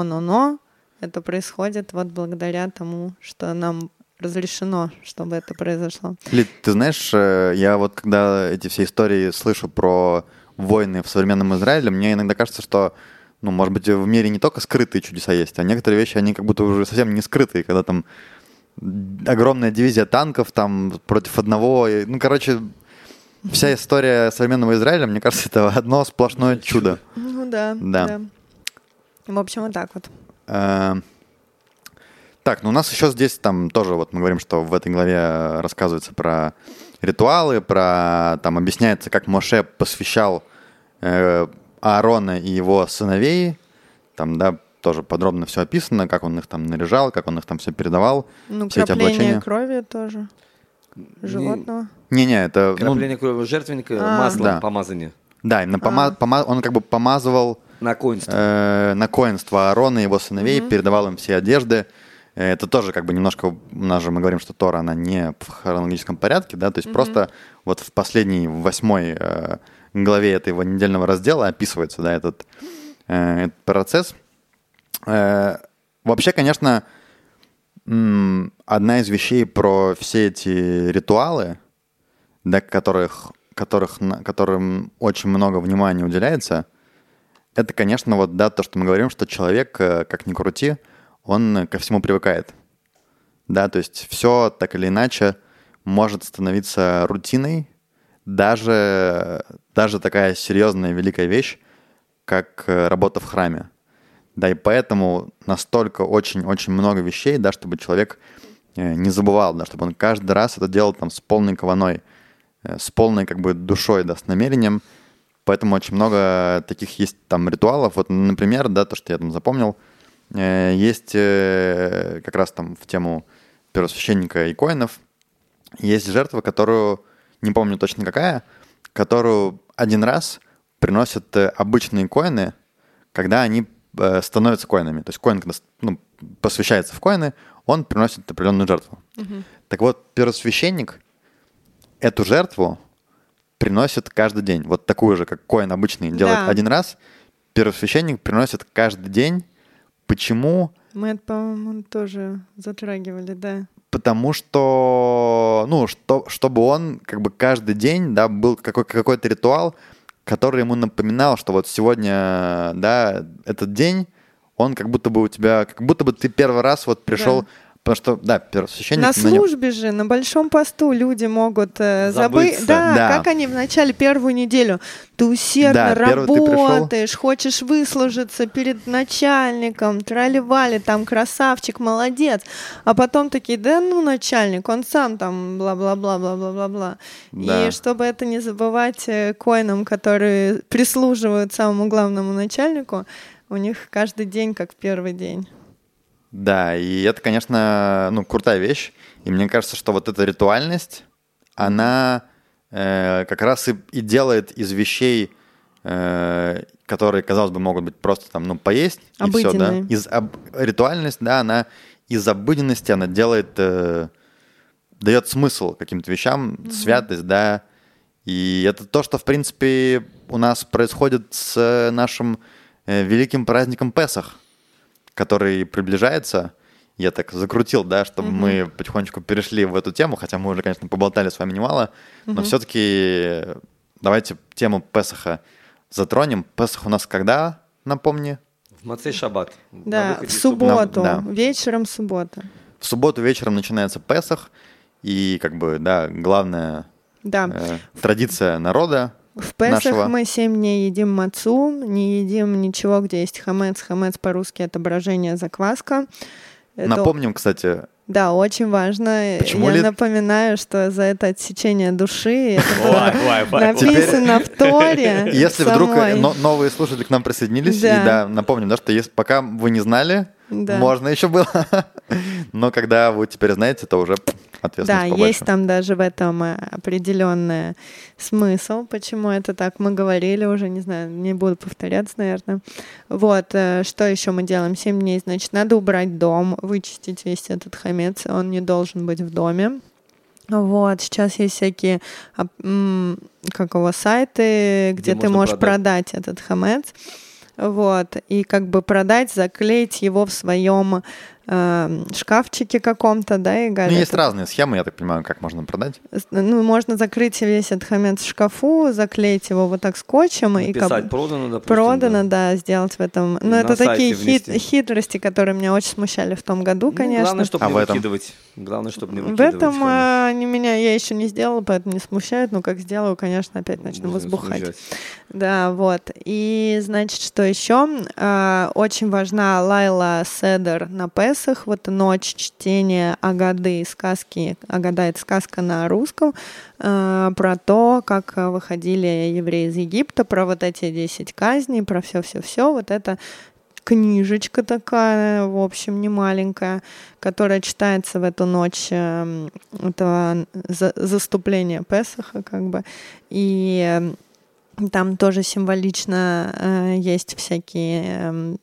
это происходит вот благодаря тому, что нам разрешено, чтобы это произошло. Лид, ты знаешь, я вот когда эти все истории слышу про войны в современном Израиле, мне иногда кажется, что, может быть, в мире не только скрытые чудеса есть, а некоторые вещи, они как будто уже совсем не скрытые, когда там огромная дивизия танков там против одного, вся история современного Израиля, мне кажется, это одно сплошное чудо. Да. В общем, вот так вот. Так, у нас еще здесь там тоже, вот мы говорим, что в этой главе рассказывается про ритуалы, объясняется, как Моше посвящал Аарона и его сыновей, там, да, тоже подробно все описано, как он их там наряжал, как он их там все передавал. Все кропление крови тоже животного. Не, это... Кропление крови жертвенника, масло, помазание. Да, именно он как бы помазывал На коинство. на коинство Аарона и его сыновей, передавал им все одежды. Это тоже как бы немножко, у нас же мы говорим, что Тора, она не в хронологическом порядке, да, то есть просто вот в последней, 8 главе этого недельного раздела описывается, да, этот процесс. Вообще, конечно, одна из вещей про все эти ритуалы, да, которым очень много внимания уделяется, это, конечно, вот, да, то, что мы говорим, что человек, как ни крути, он ко всему привыкает. Да, то есть все так или иначе может становиться рутиной, даже такая серьезная великая вещь, как работа в храме. Да, и поэтому настолько очень-очень много вещей, да, чтобы человек не забывал, да, чтобы он каждый раз это делал там с полной каваной, с полной как бы душой, да, с намерением. Поэтому очень много таких есть там ритуалов. Вот, например, да, то, что я там запомнил, есть как раз там в тему первосвященника и коинов, есть жертва, которую, не помню точно какая, которую один раз приносят обычные коины, когда они становятся коинами. То есть коин, когда посвящается в коины, он приносит определенную жертву. Так вот, первосвященник эту жертву приносит каждый день. Вот такую же, как коин обычный делает один раз, первосвященник приносит каждый день. Почему? Мы это, по-моему, тоже затрагивали, да. Потому что, чтобы он как бы каждый день, да, был какой-то ритуал, который ему напоминал, что вот сегодня, да, этот день, он как будто бы у тебя, как будто бы ты первый раз вот пришел, потому что, да, первосвященник... На службе же, на большом посту люди могут забыть, да, как они в начале первую неделю. Ты усердно работаешь, хочешь выслужиться перед начальником, трали-вали, там, красавчик, молодец. А потом такие, да ну, начальник, он сам там бла-бла-бла-бла-бла-бла-бла. Да. И чтобы это не забывать коинам, которые прислуживают самому главному начальнику, у них каждый день как первый день. Да, и это, конечно, крутая вещь. И мне кажется, что вот эта ритуальность, она как раз и делает из вещей, которые, казалось бы, могут быть просто там, поесть, и все, да. Ритуальность, да, она из обыденности, она делает, дает смысл каким-то вещам, святость, да. И это то, что, в принципе, у нас происходит с нашим великим праздником Песах, который приближается. Я так закрутил, да, чтобы мы потихонечку перешли в эту тему, хотя мы уже, конечно, поболтали с вами немало, но все-таки давайте тему Песаха затронем. Песах у нас когда, напомни? В Моцей Шаббат. Да, в субботу, вечером суббота. В субботу вечером начинается Песах, и как бы, да, главная традиция народа. В Песах мы 7 дней едим мацу, не едим ничего, где есть хамец. Хамец по-русски — это брожение, закваска. Напомним, кстати. Да, очень важно. Я напоминаю, что за это отсечение души это было написано в Торе. Если вдруг новые слушатели к нам присоединились, и да, напомним, да, что пока вы не знали, можно еще было. Но когда вы теперь знаете, то уже ответственность побольше. Да, есть там даже в этом определенный смысл, почему это так. Мы говорили уже, не знаю, не буду повторяться, наверное. Вот, что еще мы делаем? 7 дней, значит, надо убрать дом, вычистить весь этот хамец, он не должен быть в доме. Вот, сейчас есть всякие, сайты, где ты можешь продать этот хамец. Вот, и как бы продать, заклеить его в своем шкафчике каком-то, да, и есть разные схемы, я так понимаю, как можно продать. Можно закрыть весь этот хамец в шкафу, заклеить его вот так скотчем. Написать продано, допустим. Продано, да, сделать в этом. Это такие хитрости, которые меня очень смущали в том году, конечно. Главное, чтобы не выкидывать. Главное, чтобы не выкидывать. В этом я еще не сделала, поэтому не смущает. Но как сделаю, конечно, опять начну возбухать. Да, вот. И, значит, что еще? Очень важна Лайла Седер на Песах. Вот ночь чтения Агады, сказки. Агада — это сказка на русском, про то, как выходили евреи из Египта, про вот эти 10 казней, про все-все-все. Вот это книжечка такая, в общем, не маленькая, которая читается в эту ночь этого заступления Песаха, как бы. И Там тоже символично есть всякие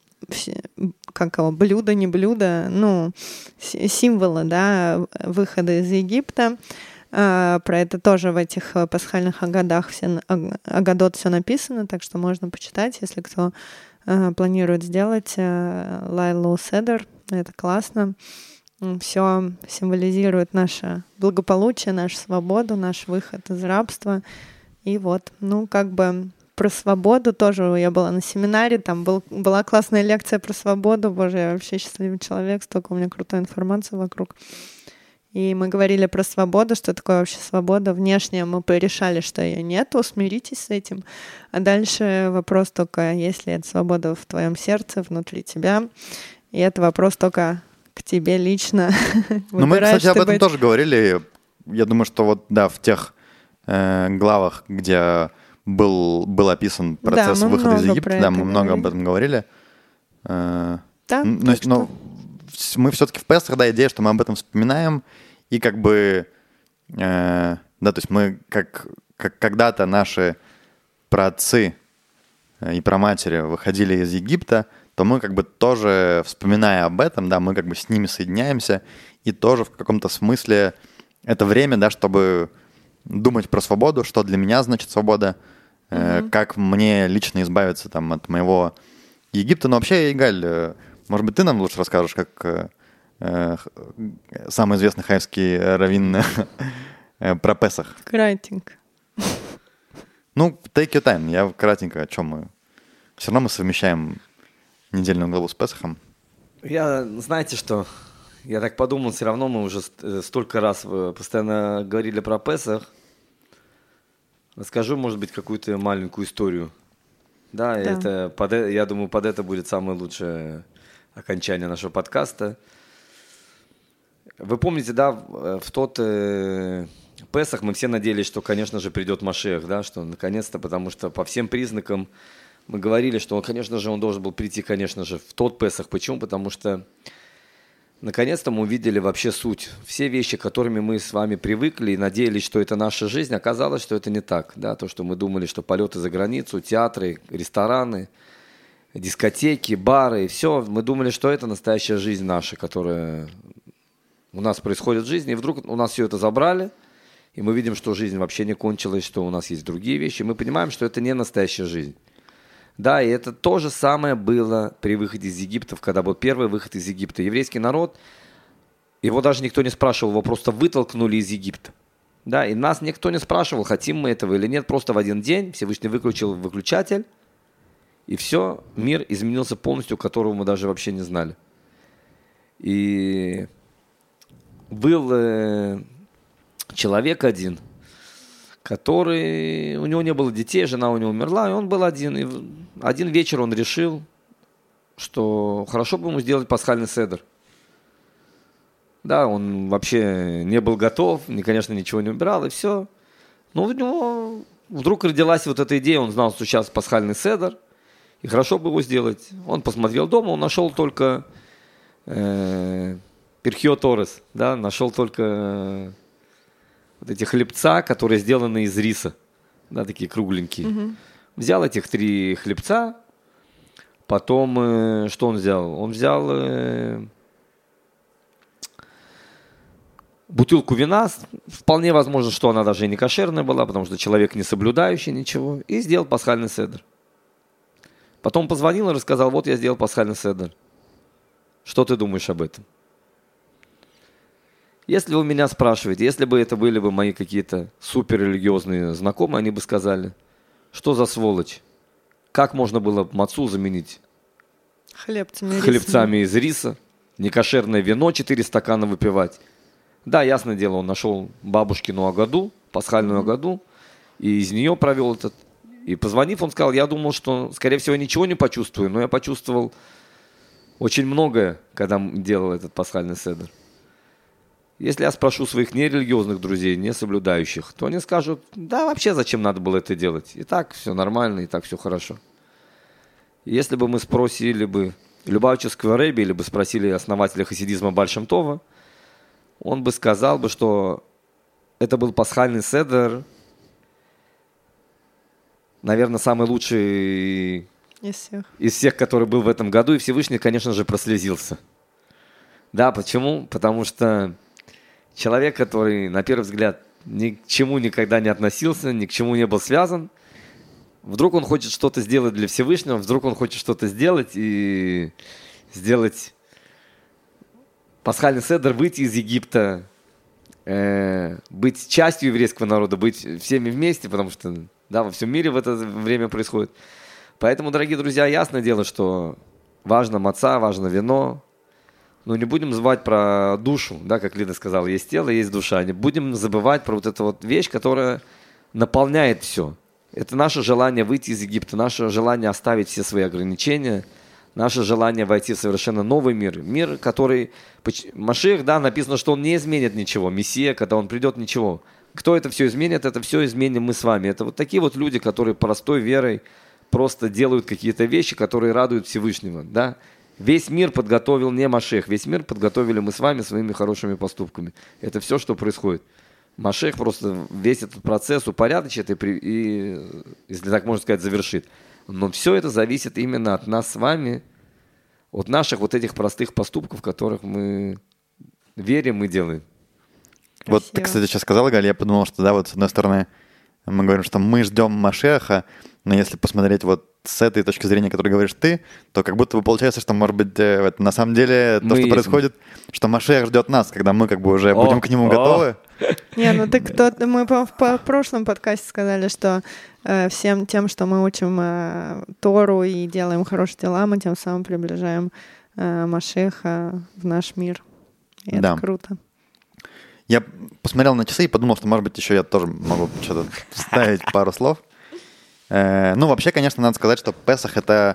блюда, не блюда, ну, символы, да, выхода из Египта. Про это тоже в этих пасхальных агадах, агадот все написано, так что можно почитать, если кто планирует сделать Лайлу Седер. Это классно. Все символизирует наше благополучие, нашу свободу, наш выход из рабства. И вот, ну, как бы про свободу тоже я была на семинаре, там была классная лекция про свободу. Боже, я вообще счастливый человек, столько у меня крутой информации вокруг. И мы говорили про свободу, что такое вообще свобода внешняя. Мы порешали, что ее нету, смиритесь с этим. А дальше вопрос только, есть ли эта свобода в твоем сердце, внутри тебя. И это вопрос только к тебе лично. Ну, мы, кстати, об этом тоже говорили. Я думаю, что вот, да, в тех главах, где был описан процесс выхода из Египта, да, мы много об этом говорили. Да, но мы все-таки в Песах, да, идея, что мы об этом вспоминаем, и как бы, да, то есть мы, как когда-то наши праотцы и праматери выходили из Египта, то мы как бы тоже, вспоминая об этом, да, мы как бы с ними соединяемся, и тоже в каком-то смысле это время, да, чтобы думать про свободу, что для меня значит свобода, как мне лично избавиться там от моего Египта. Но вообще, Игаль, может быть, ты нам лучше расскажешь, как самый известный хаевский раввин про Песах? Кратенько. Ну, take your time. Я кратенько, о чем мы. Все равно мы совмещаем недельную главу с Песахом. Знаете что, я так подумал, все равно мы уже столько раз постоянно говорили про Песах. Расскажу, может быть, какую-то маленькую историю. Да. Я думаю, под это будет самое лучшее окончание нашего подкаста. Вы помните, да, в тот Песах мы все надеялись, что, конечно же, придет Машиах, да, что наконец-то, потому что по всем признакам мы говорили, что, конечно же, он должен был прийти, конечно же, в тот Песах. Почему? Потому что наконец-то мы увидели вообще суть. Все вещи, к которыми мы с вами привыкли и надеялись, что это наша жизнь, оказалось, что это не так. Да? То, что мы думали, что полеты за границу, театры, рестораны, дискотеки, бары, и все. Мы думали, что это настоящая жизнь наша, которая у нас происходит в жизни. И вдруг у нас все это забрали, и мы видим, что жизнь вообще не кончилась, что у нас есть другие вещи. И мы понимаем, что это не настоящая жизнь. Да, и это то же самое было при выходе из Египта, когда был первый выход из Египта. Еврейский народ, его даже никто не спрашивал, его просто вытолкнули из Египта. Да, и нас никто не спрашивал, хотим мы этого или нет. Просто в один день Всевышний выключил выключатель, и все, мир изменился полностью, которого мы даже вообще не знали. И был человек один, у него не было детей, жена у него умерла, и он был один. И один вечер он решил, что хорошо бы ему сделать пасхальный седер. Да, он вообще не был готов, конечно, ничего не убирал, и все. Но у него вдруг родилась вот эта идея, он знал, что сейчас пасхальный седер, и хорошо бы его сделать. Он посмотрел дома, он нашел только перхио торес, да, нашел только вот эти хлебца, которые сделаны из риса, да, такие кругленькие. Угу. Взял этих 3 хлебца, потом что он взял? Он взял бутылку вина, вполне возможно, что она даже и не кошерная была, потому что человек не соблюдающий ничего, и сделал пасхальный седер. Потом позвонил и рассказал, вот я сделал пасхальный седер. Что ты думаешь об этом? Если вы меня спрашиваете, если бы это были бы мои какие-то суперрелигиозные знакомые, они бы сказали, что за сволочь? Как можно было мацу заменить хлебцами из риса, некошерное вино 4 стакана выпивать? Да, ясное дело, он нашел бабушкину агаду, пасхальную агаду, и из нее провел этот. И позвонив, он сказал, я думал, что, скорее всего, ничего не почувствую, но я почувствовал очень многое, когда делал этот пасхальный седер. Если я спрошу своих нерелигиозных друзей, не соблюдающих, то они скажут, да вообще зачем надо было это делать? И так все нормально, и так все хорошо. Если бы мы спросили бы Любавического Рэби, или бы спросили основателя хасидизма Баль Шем Това, он бы сказал бы, что это был пасхальный седер наверное, самый лучший из всех, который был в этом году. И Всевышний, конечно же, прослезился. Да, почему? Потому что человек, который, на первый взгляд, ни к чему никогда не относился, ни к чему не был связан, вдруг он хочет что-то сделать для Всевышнего, вдруг он хочет что-то сделать и сделать пасхальный седер, выйти из Египта, быть частью еврейского народа, быть всеми вместе, потому что да, во всем мире в это время происходит. Поэтому, дорогие друзья, ясное дело, что важно маца, важно вино. Но не будем забывать про душу, да, как Лида сказала, есть тело, есть душа. Не будем забывать про вот эту вот вещь, которая наполняет все. Это наше желание выйти из Египта, наше желание оставить все свои ограничения, наше желание войти в совершенно новый мир. Мир, который... Машиах, да, написано, что он не изменит ничего. Мессия, когда он придет, ничего. Кто это все изменит? Это все изменим мы с вами. Это вот такие вот люди, которые простой верой просто делают какие-то вещи, которые радуют Всевышнего, да. Весь мир подготовил не Машиах, весь мир подготовили мы с вами своими хорошими поступками. Это все, что происходит. Машиах просто весь этот процесс упорядочит и, если так можно сказать, завершит. Но все это зависит именно от нас с вами, от наших вот этих простых поступков, в которых мы верим и делаем. Красиво. Вот ты, кстати, сейчас сказала, Галя, я подумал, что да, вот с одной стороны мы говорим, что мы ждем Машиаха, но если посмотреть вот с этой точки зрения, которую говоришь ты, то как будто бы получается, что, может быть, это на самом деле то, что происходит, что Машиах ждет нас, когда мы как бы уже будем к нему готовы. Не, ну ты мы в прошлом подкасте сказали, что всем тем, что мы учим Тору и делаем хорошие дела, мы тем самым приближаем Машиаха в наш мир. И это круто. Я посмотрел на часы и подумал, что, может быть, еще я тоже могу что-то вставить пару слов. Ну, вообще, конечно, надо сказать, что Песах — это...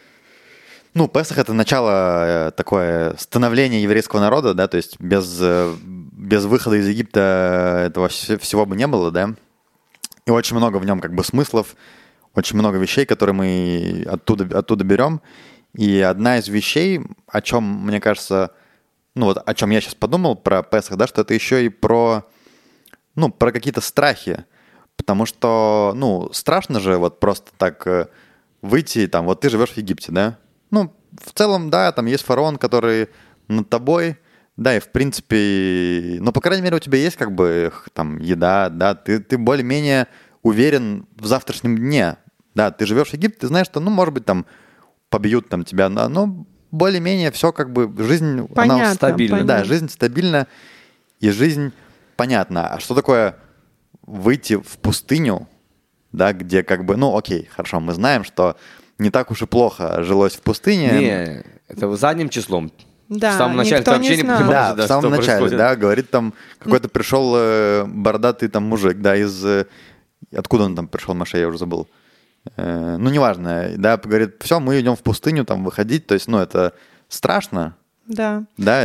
Ну, Песах — это начало такое становления еврейского народа, да, то есть без выхода из Египта этого всего бы не было, да. И очень много в нем как бы смыслов, очень много вещей, которые мы оттуда берем. И одна из вещей, о чем, мне кажется, ну вот о чем я сейчас подумал про Песах, да, что это еще и про какие-то страхи. Потому что, ну, страшно же вот просто так выйти, там, вот ты живешь в Египте, да? Ну, в целом, да, там есть фараон, который над тобой, да, и в принципе, ну, по крайней мере, у тебя есть как бы там еда, да, ты более-менее уверен в завтрашнем дне, да, ты живешь в Египте, ты знаешь, что, ну, может быть, там побьют там тебя, но более-менее все как бы, жизнь, понятно, она стабильна, понятно. Да, жизнь стабильна, и жизнь понятна. А что такое выйти в пустыню, да, где как бы, ну, окей, хорошо, мы знаем, что не так уж и плохо жилось в пустыне. Не, это задним числом. Да, в самом начале ты вообще не понимаешь, да, в самом начале, происходит. да, говорит там, какой-то пришел бородатый там мужик, да, откуда он там пришел, Маша, я уже забыл. Ну, неважно, да, говорит, все, мы идем в пустыню, там, выходить, то есть, ну, это страшно. Да. Да,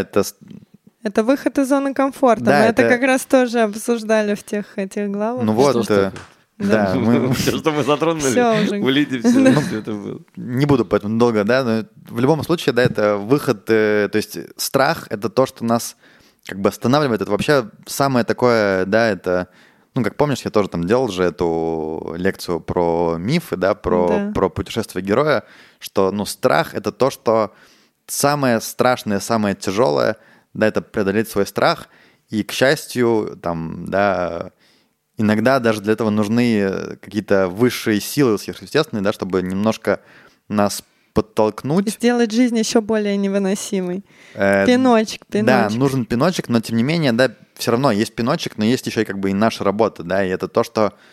это выход из зоны комфорта. Да, мы это как раз тоже обсуждали в этих главах. Ну вот, да, Все, что мы затронули, Всё уже. в Лиде все это было. Не буду поэтому долго, да, но в любом случае, да, это выход, то есть страх — это то, что нас как бы останавливает, это вообще самое такое, да, это, ну, как помнишь, я тоже там делал же эту лекцию про мифы, да, про путешествие героя, что, ну, страх — это то, что самое страшное, самое тяжелое, да, это преодолеть свой страх, и, к счастью, там, да, иногда даже для этого нужны какие-то высшие силы сверхъестественные, да, чтобы немножко нас подтолкнуть. И сделать жизнь еще более невыносимой. Пиночек. Да, нужен пиночек, но тем не менее, да, все равно есть пиночек, но есть еще и как бы и наша работа, да, и это то,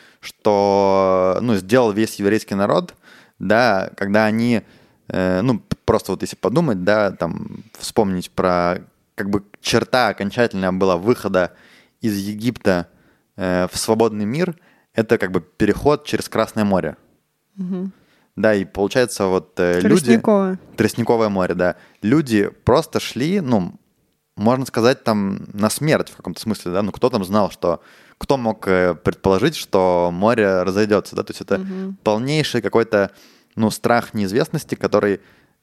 что ну, сделал весь еврейский народ, да, когда они, ну, просто вот если подумать, да, там, вспомнить про, как бы черта окончательная была выхода из Египта в свободный мир, это как бы переход через Красное море. Угу. Да, и получается вот Тростниковое. Тростниковое море, да. Люди просто шли, ну, можно сказать, там на смерть в каком-то смысле, да. Ну, кто там знал, кто мог предположить, что море разойдется, да. То есть это полнейший какой-то, ну, страх неизвестности, который,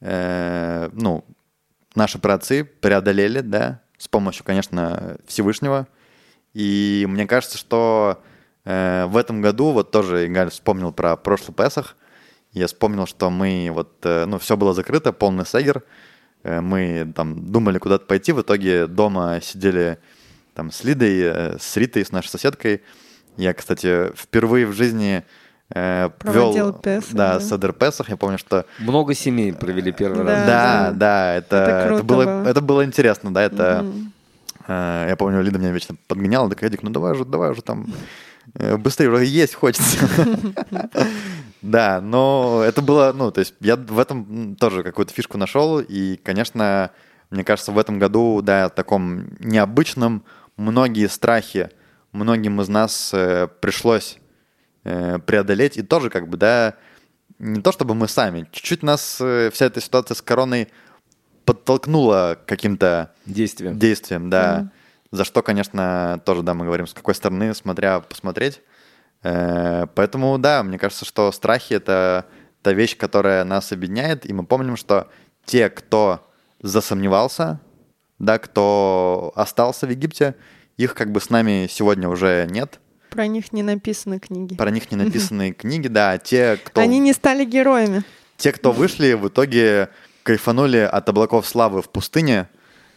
ну, наши праотцы преодолели, да, с помощью, конечно, Всевышнего. И мне кажется, что В этом году вот тоже Игаль вспомнил про прошлый Песах. Я вспомнил, что мы все было закрыто, полный сегер. Мы там думали куда-то пойти, в итоге дома сидели там с Лидой, с Ритой, с нашей соседкой. Я, кстати, впервые в жизни Проводил Песах, да. Седер Песах. Я помню, что... Много семей провели первый раз. Да, это было интересно, да, это... Мгм. Я помню, Лида меня вечно подгоняла, такая: Эдик, ну давай уже там, быстрее, уже есть хочется. Да, но это было, то есть я в этом тоже какую-то фишку нашел, и, конечно, мне кажется, в этом году, да, таком необычном, многие страхи многим из нас пришлось преодолеть, и тоже как бы, да, не то чтобы мы сами, чуть-чуть нас вся эта ситуация с короной подтолкнула к каким-то действиям, да, за что, конечно, тоже, да, мы говорим, с какой стороны посмотреть. Поэтому, да, мне кажется, что страхи — это та вещь, которая нас объединяет, и мы помним, что те, кто засомневался, да, кто остался в Египте, их как бы с нами сегодня уже нет. Про них не написаны книги. Про них не написаны книги, да. Те, кто... Они не стали героями. Те, кто вышли, в итоге кайфанули от облаков славы в пустыне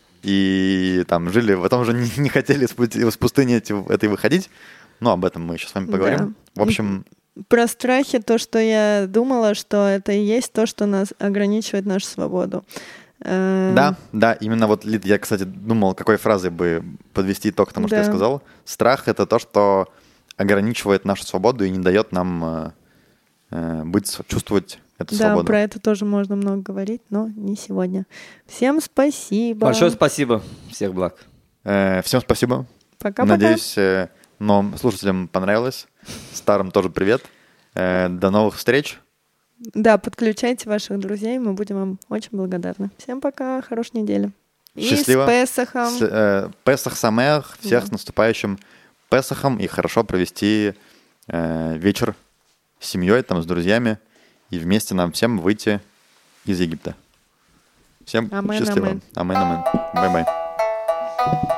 и там жили, потом уже не хотели из пустыни этой выходить. Но об этом мы еще с вами поговорим. Да. В общем... Про страхи, то, что я думала, что это и есть то, что нас ограничивает нашу свободу. Да, именно вот, Лид, я, кстати, думал, какой фразой бы подвести итог к тому, что я сказал. Страх — это то, что ограничивает нашу свободу и не дает нам чувствовать эту свободу. Да, про это тоже можно много говорить, но не сегодня. Всем спасибо. Большое спасибо. Всех благ. Всем спасибо. Пока-пока. Надеюсь, новым слушателям понравилось. Старым тоже привет. До новых встреч. Да, подключайте ваших друзей, мы будем вам очень благодарны. Всем пока, хорошей недели. Счастливо. И с Песахом. Песах Самеах. Всех с наступающим Песахом. И хорошо провести вечер с семьей, там, с друзьями. И вместе нам всем выйти из Египта. Всем счастливо. Амен. Амен. Бай-бай.